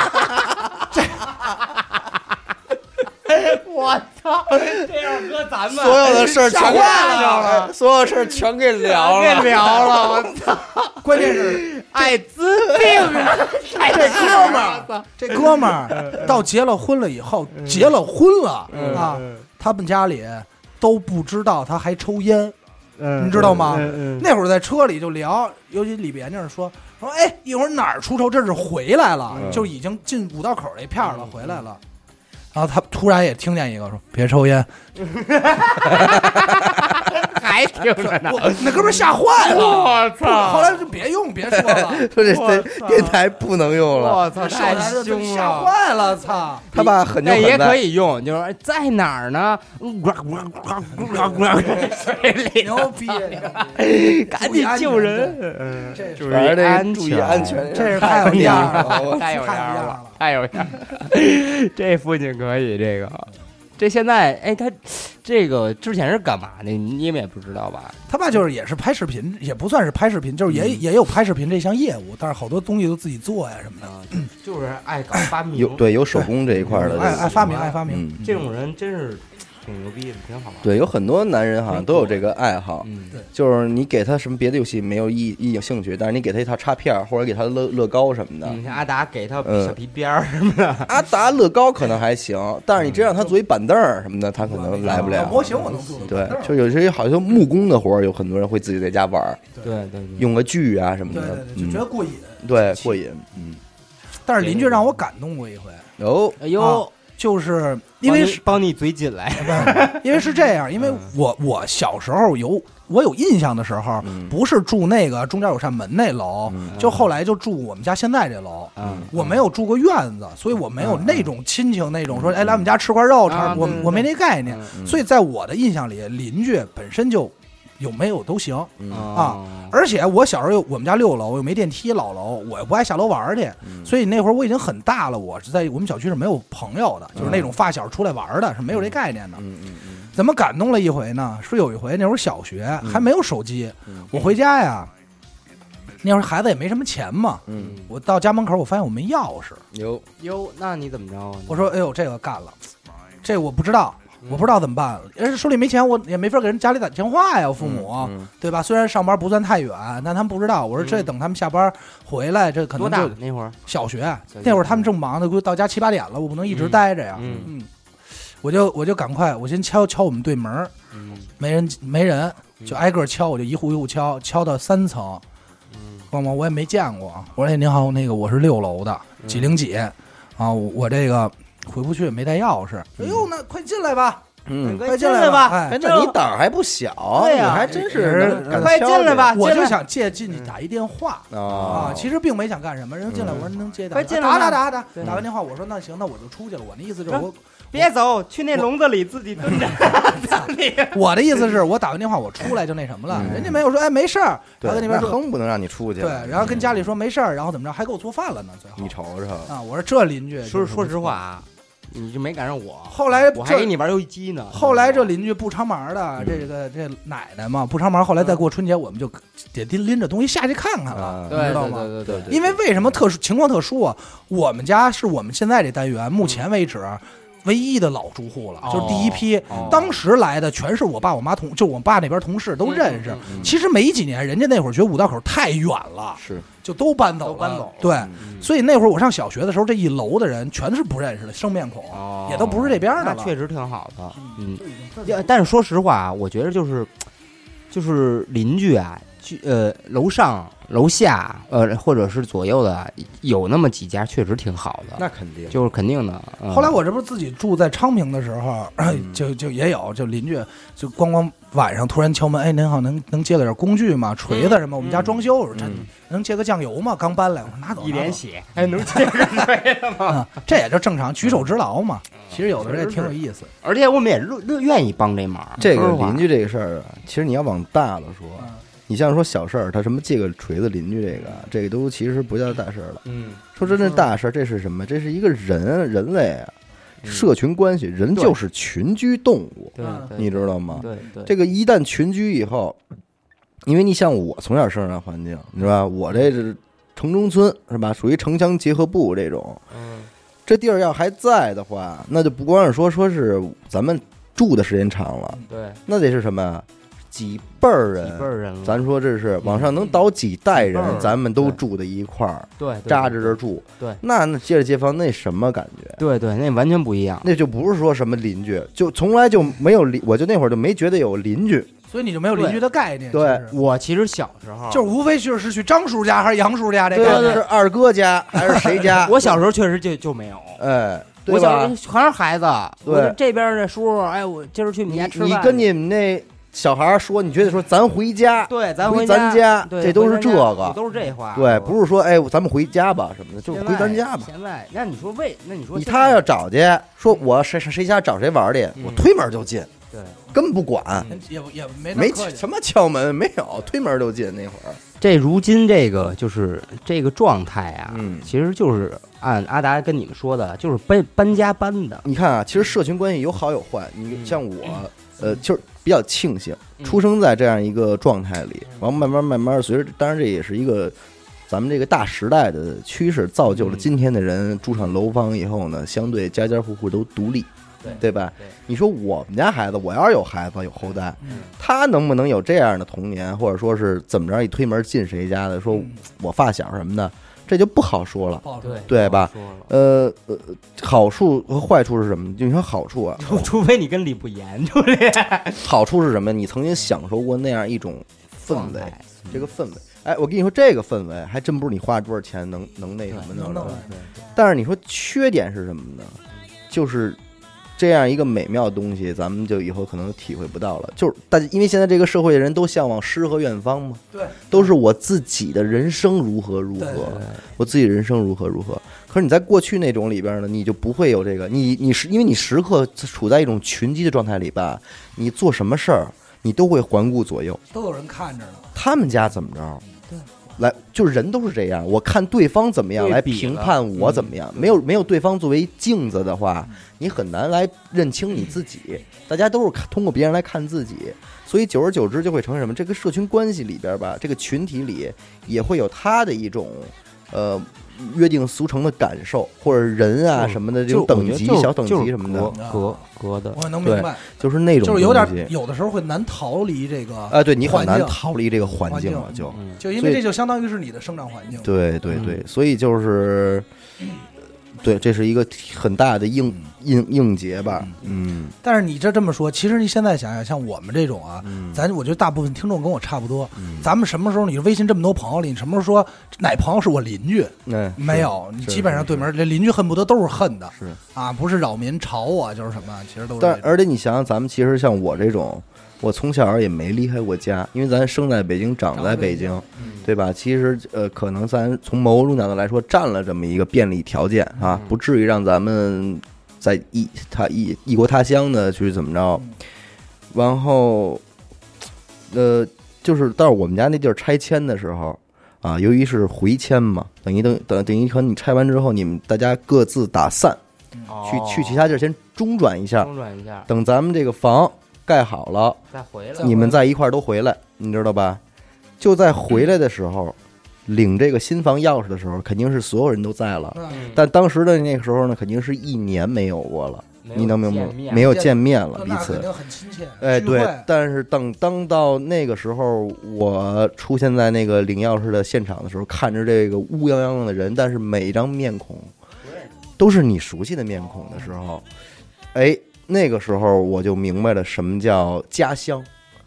我操！这要搁咱们所有的事儿全给吓坏了哎所有事儿全给聊了， 给聊了，我操！ 关键是艾滋病啊！ 这哥们儿，这哥们儿到结了婚了以后，结了婚了啊，他们家里都不知道他还抽烟，你知道吗？那会儿在车里就聊，尤其里边就是说说，哎，一会儿哪儿出丑？这是回来了，就已经进五道口这片了，回来了。然后他突然也听见一个说：“别抽烟。” 还听着呢， 我那哥们儿吓坏了， 我操！ 后来就别用，别说了， 说这这电台不能用了。 我操，太就凶吓了！ 坏了，操！ 他爸很就那也很可以用，就是在哪儿呢？水里牛逼， 赶紧救人！嗯， 这注意反正这安注意安全， 这是太有样了， 太有太样了有样了， 太有样了！这父亲可以，这个，这现在，哎，他这个之前是干嘛的？你们也不知道吧？ 他爸就是也是拍视频，也不算是拍视频，就是也、嗯、也有拍视频这项业务，但是好多东西都自己做呀什么的， 嗯、就是爱搞发明， 有对有手工这一块的， 爱爱发明爱发明、 嗯， 这种人真是。挺牛逼的，挺好玩。 对，有很多男人好像都有这个爱好， 嗯，对， 就是你给他什么别的游戏没有意意有兴趣，但是你给他一套插片或者给他乐乐高什么的， 你像阿达给他小皮鞭儿什么的， 阿达乐高可能还行，但是你真让他做一板凳什么的，他可能来不了。 模型我能做， 对，就有些好像木工的活儿，有很多人会自己在家玩， 对对对， 用个锯啊什么的， 对对对，就觉得过瘾， 对，过瘾，嗯。 但是邻居让我感动过一回， 哦， 哎呦。 就是因为帮你嘴紧来， 因为是这样，因为我我小时候有我有印象的时候，不是住那个中间有扇门那楼，就后来就住我们家现在这楼，我没有住过院子，所以我没有那种亲情那种说哎来我们家吃块肉，我我没那概念，所以在我的印象里，邻居本身就有没有都行啊。而且我小时候我们家六楼又没电梯，老楼我也不爱下楼玩去，所以那会儿我已经很大了，我是在我们小区是没有朋友的，就是那种发小出来玩的，是没有这概念的。怎么感动了一回呢？是有一回那会儿小学还没有手机，我回家呀，那会儿孩子也没什么钱嘛，我到家门口我发现我没钥匙， 哟哟，那你怎么着啊？ 我说哎呦这个干了，这个我不知道。我不知道怎么办，人手里没钱，我也没法给人家里打电话呀，我父母、嗯嗯、对吧？虽然上班不算太远，但他们不知道。我说这等他们下班回来，这可能就那会儿小学那会儿他们正忙呢，估计到家七八点了，我不能一直待着呀。嗯，嗯我就我就赶快，我先敲敲我们对门，嗯、没人没人，就挨个敲，我就一户一户敲，敲到三层，光吗？我也没见过。我说哎您好，那个我是六楼的几零几啊，我我这个。回不去没带钥匙，哎呦，那快进来吧， 嗯， 快进来吧， 哎，那你胆儿还不小， 对呀， 你还真是快进来吧，我就想借进去打一电话啊， 其实并没想干什么，人进来，我说能接打， 快进来， 打打打打，打完电话我说那行，那我就出去了，我那意思就是我别走，去那笼子里自己蹲着。 我的意思是我打完电话我出来就那什么了，人家没有说哎没事儿，他跟那边说哼不能让你出去， 对，然后跟家里说没事儿，然后怎么着还给我做饭了呢，最后你瞅瞅啊，我说这邻居说说实话啊。你就没赶上我， 后来我还给你玩游戏机呢。 后来这邻居不常忙的，这个这奶奶嘛不常忙，后来再过春节，我们就得拎拎着东西下去看看了，你知道吗？ 对对对。 因为为什么特殊情况特殊啊？我们家是我们现在这单元目前为止唯一的老住户了，就是第一批。当时来的全是我爸我妈同，就我爸那边同事都认识。其实没几年，人家那会儿觉得五道口太远了， 是就都搬走了。 搬走。 对，所以那会儿我上小学的时候，这一楼的人全是不认识的生面孔，也都不是这边的了。 那确实挺好的，嗯。但是说实话啊，我觉得就是就是邻居啊， 居呃楼上楼下呃或者是左右的有那么几家确实挺好的， 那肯定就是肯定的。嗯、 后来我这不是自己住在昌平的时候，就就也有，就邻居就咣咣晚上突然敲门，哎，您好，能能借个点工具吗？锤子什么？我们家装修，这能借个酱油吗？刚搬来，我说拿走。 一脸血，还能借个锤子吗？ 这也就正常，举手之劳嘛。其实有的时候也挺有意思， 而且我们也乐乐愿意帮这忙。 这个邻居这个事儿啊，其实你要往大了说。你像说小事儿，他什么借个锤子，邻居这个，这个都其实不叫大事儿了。 嗯， 说真正大事儿，这是什么？这是一个人，人类啊，社群关系，人就是群居动物， 对， 你知道吗？ 对对， 这个一旦群居以后，因为你像我从小生长环境，你知道吧？我这是城中村是吧？属于城乡结合部这种。 嗯， 这地儿要还在的话，那就不光是说说是咱们住的时间长了， 对， 那得是什么呀？几辈儿人， 几辈儿人了， 咱说这是往上能倒几代人， 嗯、 咱们都住在一块儿， 对， 扎着这住， 对， 那那接着街坊那什么感觉？ 对对，那完全不一样， 那就不是说什么邻居，就从来就没有邻，我就那会儿就没觉得有邻居， 所以你就没有邻居的概念。 对， 我其实小时候就是无非就是去张叔家还是杨叔家这个， 概念是二哥家还是谁家？ 我小时候确实就就没有， 哎。 我小时候全是孩子， 对这边的叔，哎，我今儿去你们家吃饭， 你跟你们那小孩说，你觉得说咱回家， 对，咱回咱家，这都是这个， 都是这话， 对，不是说哎，咱们回家吧什么的，就是回咱家吧。 现在，那你说为，那你说你他要找去，说我谁谁家找谁玩去，我推门就进， 对， 根本不管， 也也没没什么敲门，没有推门就进那会儿。 这如今这个就是这个状态啊， 嗯， 其实就是按阿达跟你们说的，就是搬搬家搬的。 你看啊，其实社群关系有好有坏。你像我，呃，就是比较庆幸出生在这样一个状态里，然后慢慢慢慢，随着当然这也是一个咱们这个大时代的趋势，造就了今天的人住上楼房以后呢，相对家家户户都独立。 对对吧？ 对， 你说我们家孩子，我要是有孩子有后代， 嗯、 他能不能有这样的童年，或者说是怎么着一推门进谁家的？说我发小什么的，这就不好说了， 对对吧？呃呃，好处和坏处是什么？你说好处啊， 除除非你跟李不言，对不对？ 好处是什么？你曾经享受过那样一种氛围，这个氛围。哎，我跟你说，这个氛围还真不是你花多少钱能能那什么的。但是你说缺点是什么呢？就是这样一个美妙的东西，咱们就以后可能体会不到了。就是大家，因为现在这个社会的人都向往诗和远方嘛， 对， 都是我自己的人生如何如何，我自己人生如何如何。可是你在过去那种里边呢，你就不会有这个，你你是因为你时刻处在一种群居的状态里吧，你做什么事儿，你都会环顾左右， 都有人看着呢。 他们家怎么着？ 对。 来，就是人都是这样，我看对方怎么样来评判我怎么样。没有没有对方作为镜子的话，你很难来认清你自己。大家都是通过别人来看自己，所以久而久之就会成什么？这个社群关系里边吧，这个群体里也会有他的一种呃约定俗成的感受，或者人啊什么的这种等级、小等级什么的， 隔隔的， 我能明白， 就是那种就是有点有的时候会难逃离这个啊，对你很难逃离这个环境了，就就因为这就相当于是你的生长环境。 对对对，所以就是。对，这是一个很大的应应应节吧，嗯。 但是你这这么说，其实你现在想想，像我们这种啊， 嗯、 咱我觉得大部分听众跟我差不多。 嗯、 咱们什么时候你微信这么多朋友里，你什么时候说哪朋友是我邻居？ 嗯、 没有，你基本上对门这邻居恨不得都是恨的， 是啊，不是扰民吵我就是什么，其实都是。 但而且你想想，咱们其实像我这种。我从小也没离开过家，因为咱生在北京，长在北京，对吧？其实呃，可能咱从某种角度来说，占了这么一个便利条件啊，不至于让咱们在异他异异国他乡的去怎么着。然后，呃，就是到我们家那地儿拆迁的时候啊，由于是回迁嘛，等于等等等于可能你拆完之后，你们大家各自打散，去去其他地儿先中转一下， 中转一下， 等咱们这个房。盖好了， 再回来， 你们在一块儿都回来，你知道吧？就在回来的时候，嗯、领这个新房钥匙的时候，肯定是所有人都在了。 嗯、 但当时的那个时候呢，肯定是一年没有过了，你能明白？没有见面了，彼此。 很亲切。 哎，对。但是等当到那个时候，我出现在那个领钥匙的现场的时候，看着这个乌泱泱的人，但是每一张面孔都是你熟悉的面孔的时候，哎。那个时候我就明白了什么叫家乡，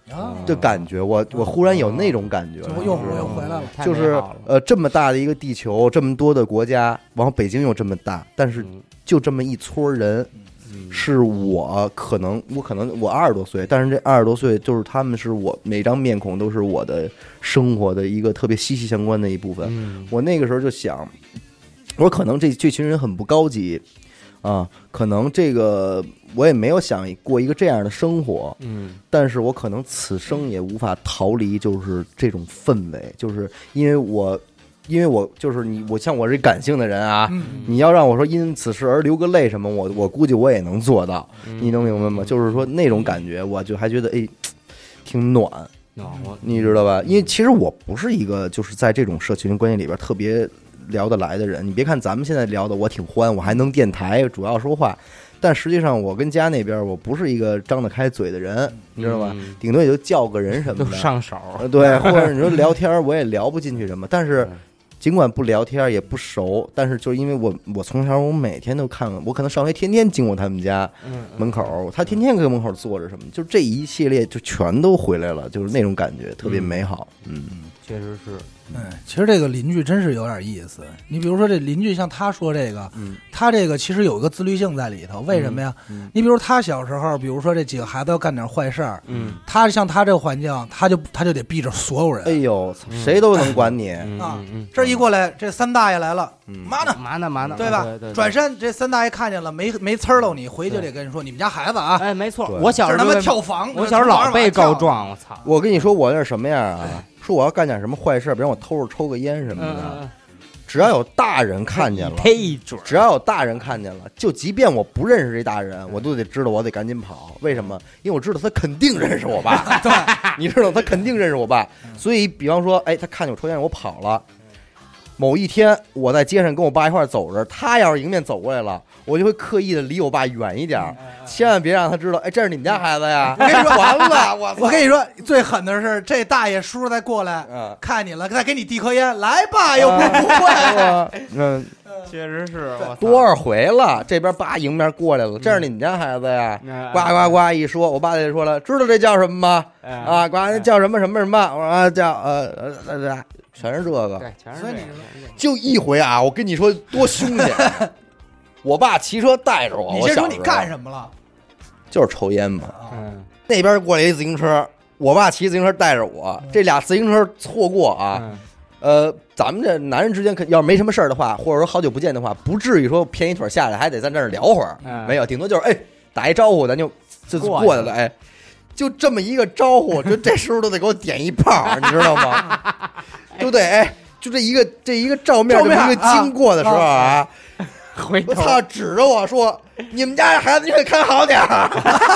啊， 的感觉，我我忽然有那种感觉， 就又又回来了， 太就是美好了呃这么大的一个地球，这么多的国家，然后北京又这么大，但是嗯就这么一撮人， 嗯是我可能我可能我二十多岁，但是这二十多岁就是他们是我每张面孔都是我的生活的一个特别息息相关的一部分。 嗯我那个时候就想，我说可能这这群人很不高级啊，可能这个我也没有想过一个这样的生活， 嗯但是我可能此生也无法逃离，就是这种氛围，就是因为我，因为我就是你，我像我这感性的人啊， 嗯， 你要让我说因此事而流个泪什么，我我估计我也能做到， 嗯你能明白吗？就是说那种感觉，我就还觉得哎，挺暖， 暖和， 你知道吧？因为其实我不是一个就是在这种社群关系里边特别聊得来的人。你别看咱们现在聊的我挺欢，我还能电台主要说话，但实际上我跟家那边我不是一个张得开嘴的人，你知道吧？ 嗯顶多也就叫个人什么的， 都上手， 呃对，或者你说聊天我也聊不进去什么，但是。尽管不聊天也不熟，但是就是因为我我从小我每天都看，我可能上回天天经过他们家门口，他天天搁门口坐着什么，就这一系列就全都回来了，就是那种感觉特别美好。嗯， 确实是， 哎，其实这个邻居真是有点意思。你比如说这邻居，像他说这个， 嗯， 他这个其实有一个自律性在里头。为什么呀？ 嗯嗯你比如他小时候，比如说这几个孩子要干点坏事儿， 嗯他像他这个环境，他就他就得避着所有人。 哎呦，谁都能管你， 嗯啊嗯嗯， 这一过来，这三大爷来了， 嗯嘛呢？ 嘛呢嘛呢， 对吧？ 对对， 转身，这三大爷看见了，没没呲儿喽你，回去得跟你说，你们家孩子啊， 哎，没错， 对我小这他妈时候就跳房， 我小时候老被告状，我操， 我跟你说，我那是什么样啊？说我要干点什么坏事，比如我偷着抽个烟什么嗯的， 嗯只要有大人看见了， 忒准， 只要有大人看见了，就即便我不认识这大人，我都得知道，我得赶紧跑。为什么？因为我知道他肯定认识我爸。对，你知道他肯定认识我爸，所以比方说，哎，他看见我抽烟，我跑了。某一天我在街上跟我爸一块走着，他要是迎面走过来了，我就会刻意的离我爸远一点，千万别让他知道，哎，这是你们家孩子呀！ 我跟你说完了，我我跟你说，最狠的是这大爷叔再过来嗯， 看你了，再给你递颗烟，来吧，又不不会。 嗯， 确实是，我操多少回了，这边叭迎面过来了，这是你们家孩子呀！ 嗯呱呱呱一说，我爸就说了，知道这叫什么吗？ 哎啊，呱叫什么什么什么？我说啊叫呃呃呃，全是这个。 对，全是所以你这个就一回啊，我跟你说多凶险！我爸骑车带着我， 你先说你干么？ 什么了？ 就是抽烟嘛。 嗯那边过来一自行车，我爸骑自行车带着我，这俩自行车错过啊。 嗯呃，咱们这男人之间，要是没什么事儿的话，或者说好久不见的话，不至于说偏一腿下来还得在这儿聊会儿， 嗯没有，顶多就是哎打一招呼，咱就就过去过来了，哎，就这么一个招呼，就这时候都得给我点一炮，你知道吗？就得哎，就这一个这一个照面这照面么一个经过的时候啊， 回头我操，指着我说：“你们家这孩子你得看好点儿。”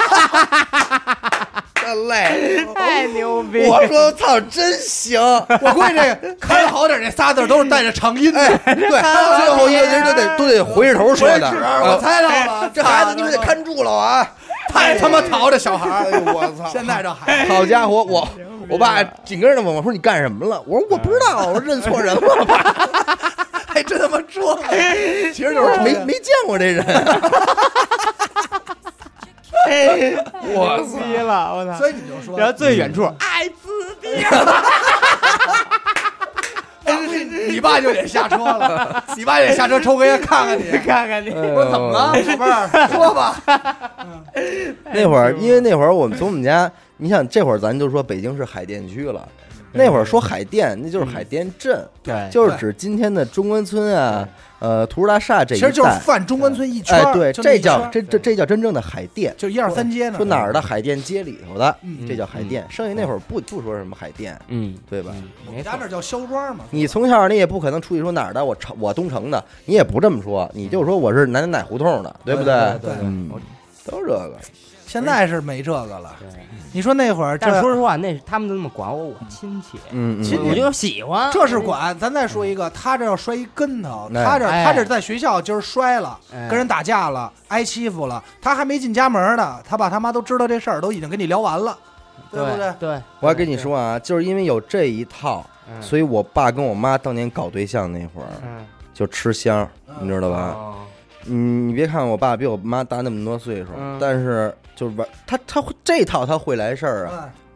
真累， 太牛逼， 我说操，真行！ 我估计这个看好点，这仨字都是带着长音的。 哎，对，最后一个人都得都得回着头说的。 我猜到了， 这孩子你们得看住了啊！ 太他妈淘这小孩儿！ 哎呦我操！ 现在这孩子， 好家伙，我我爸紧跟着问我说：“你干什么了？”我说：“我不知道，我认错人了吧？” 还真他妈装， 其实就是没没见过这人。 我逼了，我操！ 所以你就说， 然后最远处，爱滋病， 你爸就得下车了，你爸得下车抽根烟看看你， 看看你， 我说怎么了，宝贝儿，说吧。 那会儿，因为那会儿我们从我们家，你想这会儿咱就说北京是海淀区了。那会儿说海淀，那就是海淀镇， 对就是指今天的中关村啊，呃，图书大厦这一带， 其实就是泛中关村一圈， 哎，对，这就那一圈叫这这这叫真正的海淀， 就一二三街呢。 说哪儿的海淀街里头的， 嗯这叫海淀。剩下那会儿不不说什么海淀， 嗯， 对吧？ 我们家那叫肖庄嘛。 你从小你也不可能出去说哪儿的，我城我东城的，你也不这么说，你就说我是哪哪哪胡同的，对不对对嗯，都这个。 现在是没这个了。 对。 你说那会儿， 但是这说实话，那是他们都那么管我，我亲切， 嗯亲我就喜欢。 这是管，咱再说一个，他这要摔一跟头， 哎他这哎他这在学校今儿摔了， 哎跟人打架了，挨欺负了，他还没进家门呢，他爸他妈都知道这事儿，都已经跟你聊完了，对不对？ 对， 我还跟你说啊，就是因为有这一套， 嗯所以我爸跟我妈当年搞对象那会儿嗯， 就吃香，你知道吧？ 哦嗯，你别看我爸比我妈大那么多岁数， 嗯但是就是玩他他会这套他会来事儿啊。 嗯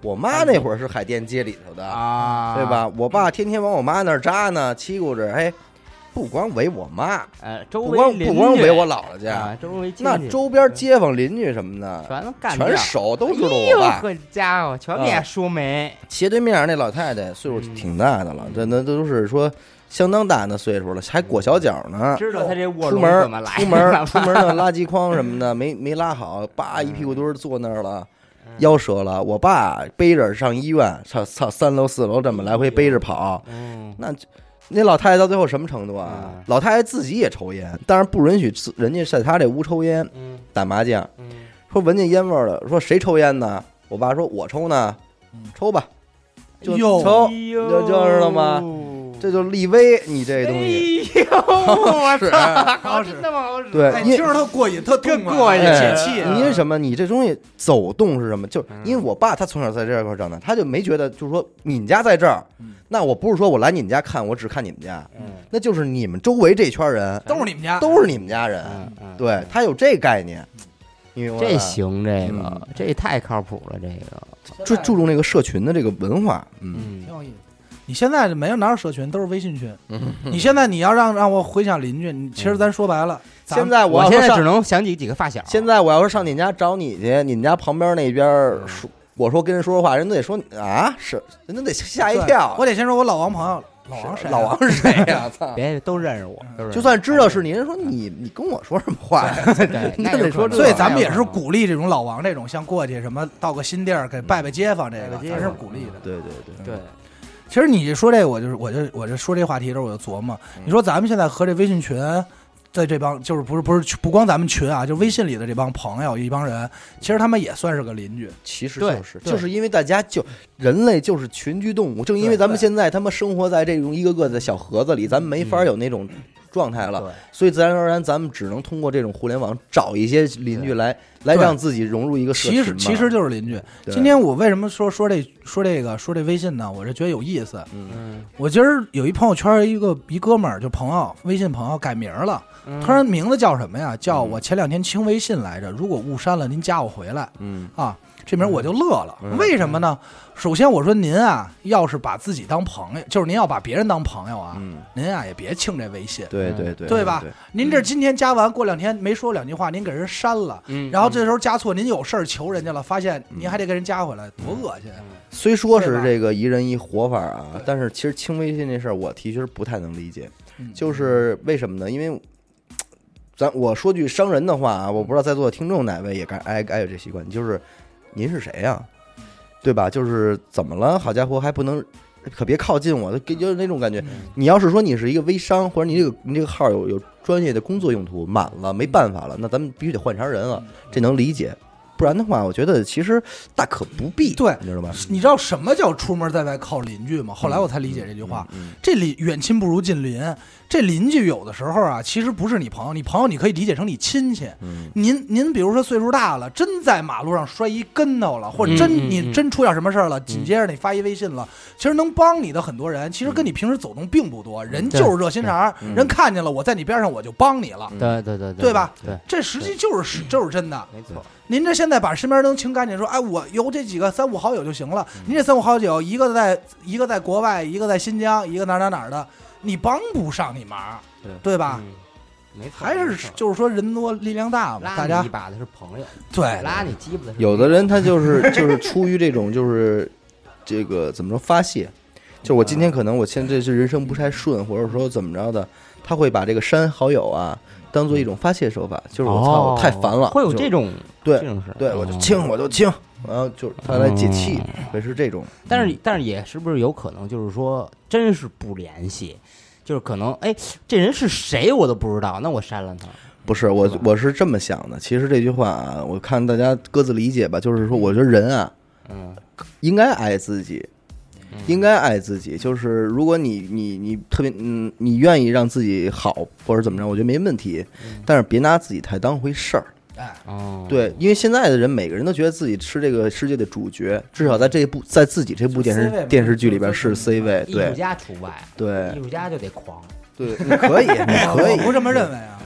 我妈那会儿是海淀街里头的啊， 对吧？我爸天天往我妈那儿扎呢，欺负着，哎，不光围我妈， 呃，周不光围邻居不光围我姥姥家， 啊，周围亲戚那周边街坊邻居什么的， 全都干全掉熟，都知道哎呦我爸。 呵家伙，全给他说没。 斜对面那老太太岁数挺大的了，这那都是说相当大的岁数了，还裹小脚呢。 知道他这卧出龙怎么门来出门出门的垃圾筐什么的没没拉好，叭一屁股墩儿坐那儿了。腰折了，我爸背着上医院，操操三楼四楼这么来回背着跑， 嗯， 那那老太太到最后什么程度啊？ 嗯老太太自己也抽烟，但是不允许自人家在她这屋抽烟， 嗯打麻将， 嗯说闻见烟味儿了，说谁抽烟呢？我爸说我抽呢，抽吧，就哟抽， 哎呦就就知道吗？这就立威，你这东西。 哎呦，我是操，好真的吗？好使对， 哎， 因为听着特过瘾，特动啊过瘾解气啊。 因为什么？你这东西走动是什么？就嗯因为我爸他从小在这块长大，他就没觉得，就是说你们家在这儿，那我不是说我来你们家看，我只看你们家， 嗯那就是你们周围这圈人都是你们家， 都是你们家人， 嗯嗯， 对他有这概念，你明白吧这行，这个嗯这太靠谱了，这个， 注注重这个社群的这个文化，嗯， 嗯挺有意思。你现在没有哪有社群，都是微信群。你现在你要让让我回想邻居，你其实咱说白了，咱现在我现在只要说上， 能想起几个发小， 现在我要是上你家找你去，你们家旁边那边说，我说跟人说说话，人都得说啊，是，人都得吓一跳， 我得先说我老王朋友，老王谁啊？ 老王是谁呀？操！ 别都认识我，都认识就算知道是你，人说你你跟我说什么话呀？ 对， 那得说这所以咱们也是鼓励这种老王这种，像过去什么到个新地儿给拜拜街坊，这个拜拜街坊咱是鼓励的。 对对对， 对， 其实你说这个，我就是我就我就说这话题的时候，我就琢磨，你说咱们现在和这微信群的这帮，就是不是不是不光咱们群啊，就微信里的这帮朋友一帮人，其实他们也算是个邻居。 其实对就是对就是因为大家就人类就是群居动物，正因为咱们现在他妈生活在这种一个个的小盒子里，咱们没法有那种状态了， 对所以自然而然咱们只能通过这种互联网找一些邻居来来让自己融入一个社群嘛。 其实其实就是邻居。 对今天我为什么说说这说这个说这微信呢？我是觉得有意思。 嗯我今儿有一朋友圈一个一哥们儿，就朋友微信朋友改名了， 嗯他说名字叫什么呀？叫我前两天清微信来着，如果误删了，您加我回来嗯啊。这名我就乐了， 嗯为什么呢？首先我说您啊，要是把自己当朋友，就是您要把别人当朋友啊， 嗯， 您啊也别清这微信。 对对对， 对吧对？ 您这今天加完，过两天没说两句话，您给人删了， 嗯然后这时候加错，您有事儿求人家了，发现您还得给人加回来，多恶心！ 虽说是对吧这个一人一活法啊，但是其实清微信这事儿，我其实不太能理解。 嗯就是为什么呢？因为咱我说句伤人的话啊，我不知道在座的听众哪位也该爱爱有这习惯，就是您是谁呀、对吧？就是怎么了？好家伙，还不能可别靠近我，给就是那种感觉。你要是说你是一个微商，或者你这个你这个号有有专业的工作用途满了，没办法了，那咱们必须得换茬人了，这能理解。不然的话，我觉得其实大可不必， 对你知道吧？ 你知道什么叫出门在外靠邻居吗？后来我才理解这句话。 嗯这里远亲不如近邻，这邻居有的时候啊，其实不是你朋友，你朋友你可以理解成你亲戚。 嗯您您比如说岁数大了，真在马路上摔一跟头了，或者真嗯嗯你真出点什么事儿了，紧接着你发一微信了，其实能帮你的很多人，其实跟你平时走动并不多，人就是热心肠， 嗯人看见了我在你边上我就帮你了， 对对对对吧？ 对， 这实际就是就是真的。 没错， 您这现在把身边能清干净，说，哎，我有这几个三五好友就行了。您这三五好友，一个在一个在国外，一个在新疆，一个哪儿哪儿哪儿的，你帮不上你忙， 对对吧？ 嗯没错， 还是就是说人多力量大嘛，大家拉你一把的是朋友， 对拉你鸡巴的是有的人他就是就是出于这种就是这个怎么说发泄，就我今天可能我现在这是人生不太顺，或者说怎么着的，他会把这个删好友啊当做一种发泄手法，就是我操哦我太烦了， 会有就这种对这种事， 对我就哦清我就清，然后就是他来解气，会是这种。 但是但是也是不是有可能就是说真是不联系，就是可能哎这人是谁我都不知道，那我删了他。 不是我是吧我是这么想的，其实这句话啊，我看大家各自理解吧，就是说我觉得人啊嗯应该爱自己。应该爱自己，就是如果你你你特别嗯，你愿意让自己好或者怎么着，我觉得没问题，但是别拿自己太当回事儿。 哎， 哦， 对，因为现在的人每个人都觉得自己是这个世界的主角，至少在这一部在自己这部电 C 位嘛视电视剧里边是 C 位。 艺术对家除外， 对艺术家就得狂。 对，你可以，你可以我，不这么认为啊。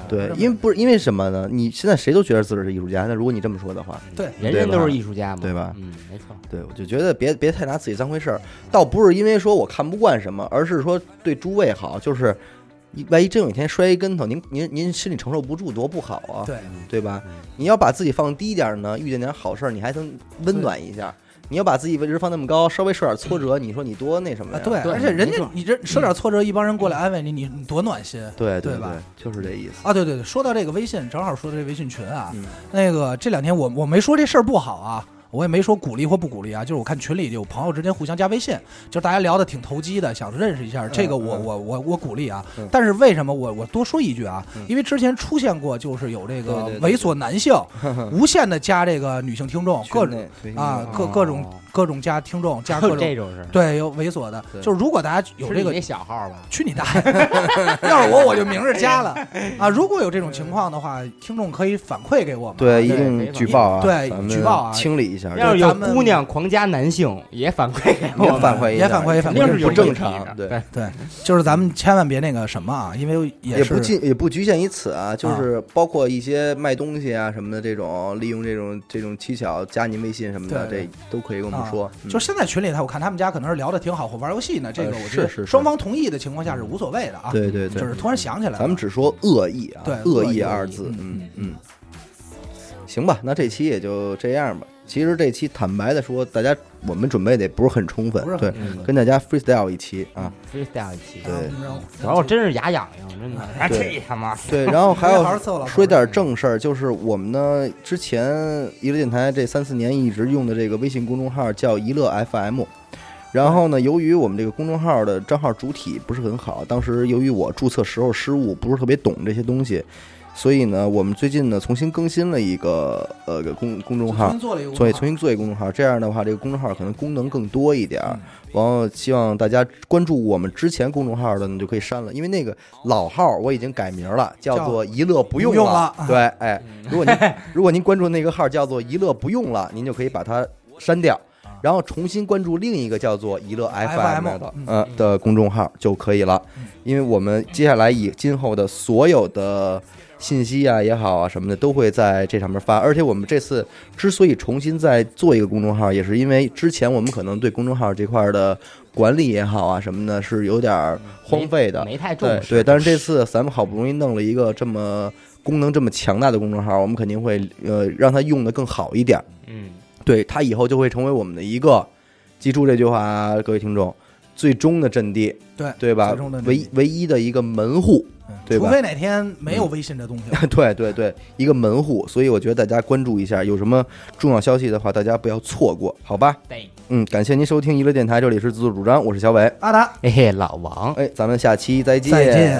对，因为不是因为什么呢？你现在谁都觉得自己是艺术家，那如果你这么说的话， 对， 人人都是艺术家嘛， 对吧？ 嗯，没错。 对，我就觉得别别太拿自己当回事儿，倒不是因为说我看不惯什么，而是说对诸位好，就是万一真有一天摔一跟头，您您您心里承受不住，多不好啊， 对对吧？你要把自己放低一点呢，遇见点好事儿，你还能温暖一下。你要把自己位置放那么高，稍微受点挫折，你说你多那什么呀？ 对，而且人家你这受点挫折，一帮人过来安慰你，你你多暖心， 对对吧？ 就是这意思啊。对对对，说到这个微信，正好说到这微信群啊， 嗯、 那个这两天我我没说这事儿不好啊。我也没说鼓励或不鼓励啊，就是我看群里有朋友之间互相加微信，就是大家聊得挺投机的，想认识一下，这个我我我我鼓励啊。但是为什么我我多说一句啊？因为之前出现过，就是有这个猥琐男性无限的加这个女性听众，各种啊各各种各种加听众加各种这种是对有猥琐的，就是如果大家有这个那小号吧， 去你大爷！要是我我就明着加了啊。如果有这种情况的话，听众可以反馈给我们， 对，一定举报啊， 对举报啊， 清理一下。 要是有姑娘狂加男性，也反馈给我们， 反馈也反馈， 肯定是不正常。对对，就是咱们千万别那个什么啊，因为也不仅也不局限于此啊，就是包括一些卖东西啊什么的这种，利用这种这种技巧加您微信什么的，这都可以跟我们说。 就现在群里头，我看他们家可能是聊得挺好，或玩游戏呢，这个我觉得双方同意的情况下是无所谓的啊。 对对对， 就是突然想起来， 咱们只说恶意啊， 对恶意二字，嗯嗯。行吧，那这期也就这样吧。其实这期坦白的说，大家我们准备的也不是很充分，对，跟大家 freestyle 一期啊 ，freestyle 一期， 对。 然后真是牙痒痒，真的，啊，这他妈。 对，然后还要说一点正事儿，就是我们呢之前娱乐电台这三四年一直用的这个微信公众号叫娱乐 F M。然后呢，由于我们这个公众号的账号主体不是很好，当时由于我注册时候失误，不是特别懂这些东西，所以呢，我们最近呢重新更新了一个呃个公公众号，所以重新做一个公众号。这样的话，这个公众号可能功能更多一点。然后希望大家关注我们之前公众号的，你就可以删了，因为那个老号我已经改名了，叫做一乐不用了。 用了对，哎，如果您如果您关注那个号叫做一乐不用了，您就可以把它删掉。然后重新关注另一个叫做娱乐 F M 的呃的公众号就可以了，因为我们接下来以今后的所有的信息啊也好啊什么的都会在这上面发，而且我们这次之所以重新再做一个公众号，也是因为之前我们可能对公众号这块的管理也好啊什么的是有点荒废的， 没, 没太重视。 对，但是这次咱们好不容易弄了一个这么功能这么强大的公众号，我们肯定会呃让它用得更好一点。 嗯。 对，它以后就会成为我们的一个，记住这句话，各位听众，最终的阵地， 对对吧？唯唯一的一个门户，对吧？ 除非哪天没有微信这东西。 嗯、对对对，一个门户，所以我觉得大家关注一下，有什么重要消息的话，大家不要错过，好吧？ 对， 嗯，感谢您收听娱乐电台，这里是自作主张，我是小伟， 阿达， 嘿嘿，老王， 哎，咱们下期再见， 再见。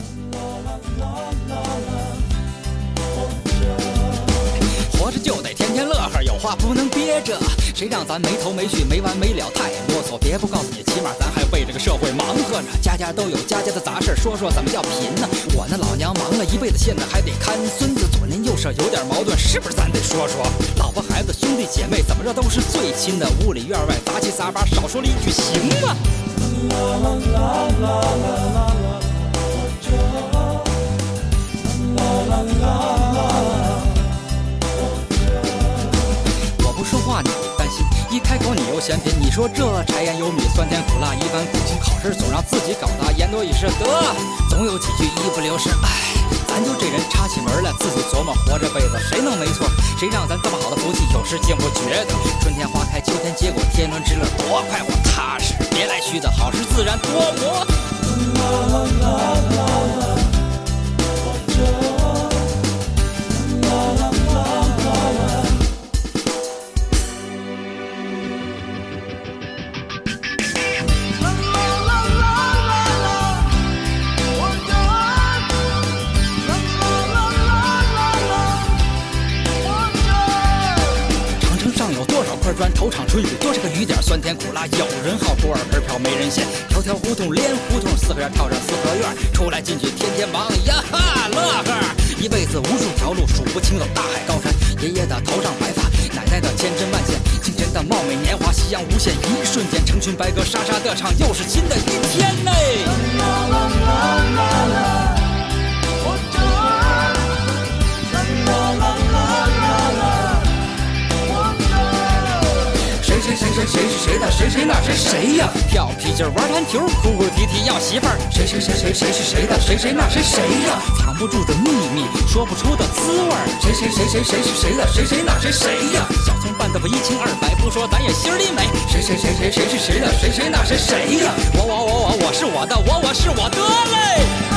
就得天天乐呵，有话不能憋着。谁让咱没头没绪、没完没了，太啰嗦。别不告诉你，起码咱还为这个社会忙活着。家家都有家家的杂事，说说怎么叫贫呢？我那老娘忙了一辈子，现在还得看孙子，左邻右舍有点矛盾，是不是咱得说说？老婆孩子兄弟姐妹，怎么着都是最亲的。屋里院外杂七杂八，少说了一句行吗？啦啦啦啦啦啦啦，啦啦啦啦。不说话你担心，一开口你又嫌贫。你说这柴盐油米酸甜苦辣一般苦心，考试总让自己搞砸，言多语失得，总有几句一不留神。唉，咱就这人插起门来，自己琢磨活这辈子谁能没错？谁让咱这么好的福气有时竟不觉得？春天花开秋天结果，天伦之乐多快活踏实，别来虚的好事自然多磨。啦啦啦啦啦，活着。啦啦啦啦啦。砖头场春雨多是个雨点，酸甜苦辣有人好，锅碗盆瓢没人嫌。条条胡同连胡同，四合院套上四合院，出来进去天天忙呀哈乐呵。一辈子无数条路数不清有大海高山，爷爷的头上白发，奶奶的千针万线，亲人的貌美年华，夕阳无限，一瞬间成群白鸽沙沙的唱，又是新的一天嘞。啦啦啦啦啦，我这。 谁谁那谁谁呀？跳皮筋玩弹球，哭哭啼啼要媳妇儿，谁谁谁谁谁是谁的？谁谁那谁谁呀？藏不住的秘密，说不出的滋味儿，谁谁谁谁谁是谁的？谁谁那谁谁呀？小葱拌豆腐一清二白，不说咱也心里美，谁谁谁谁谁是谁的？谁谁那谁谁呀？我我我我我是我的，我我是我的嘞。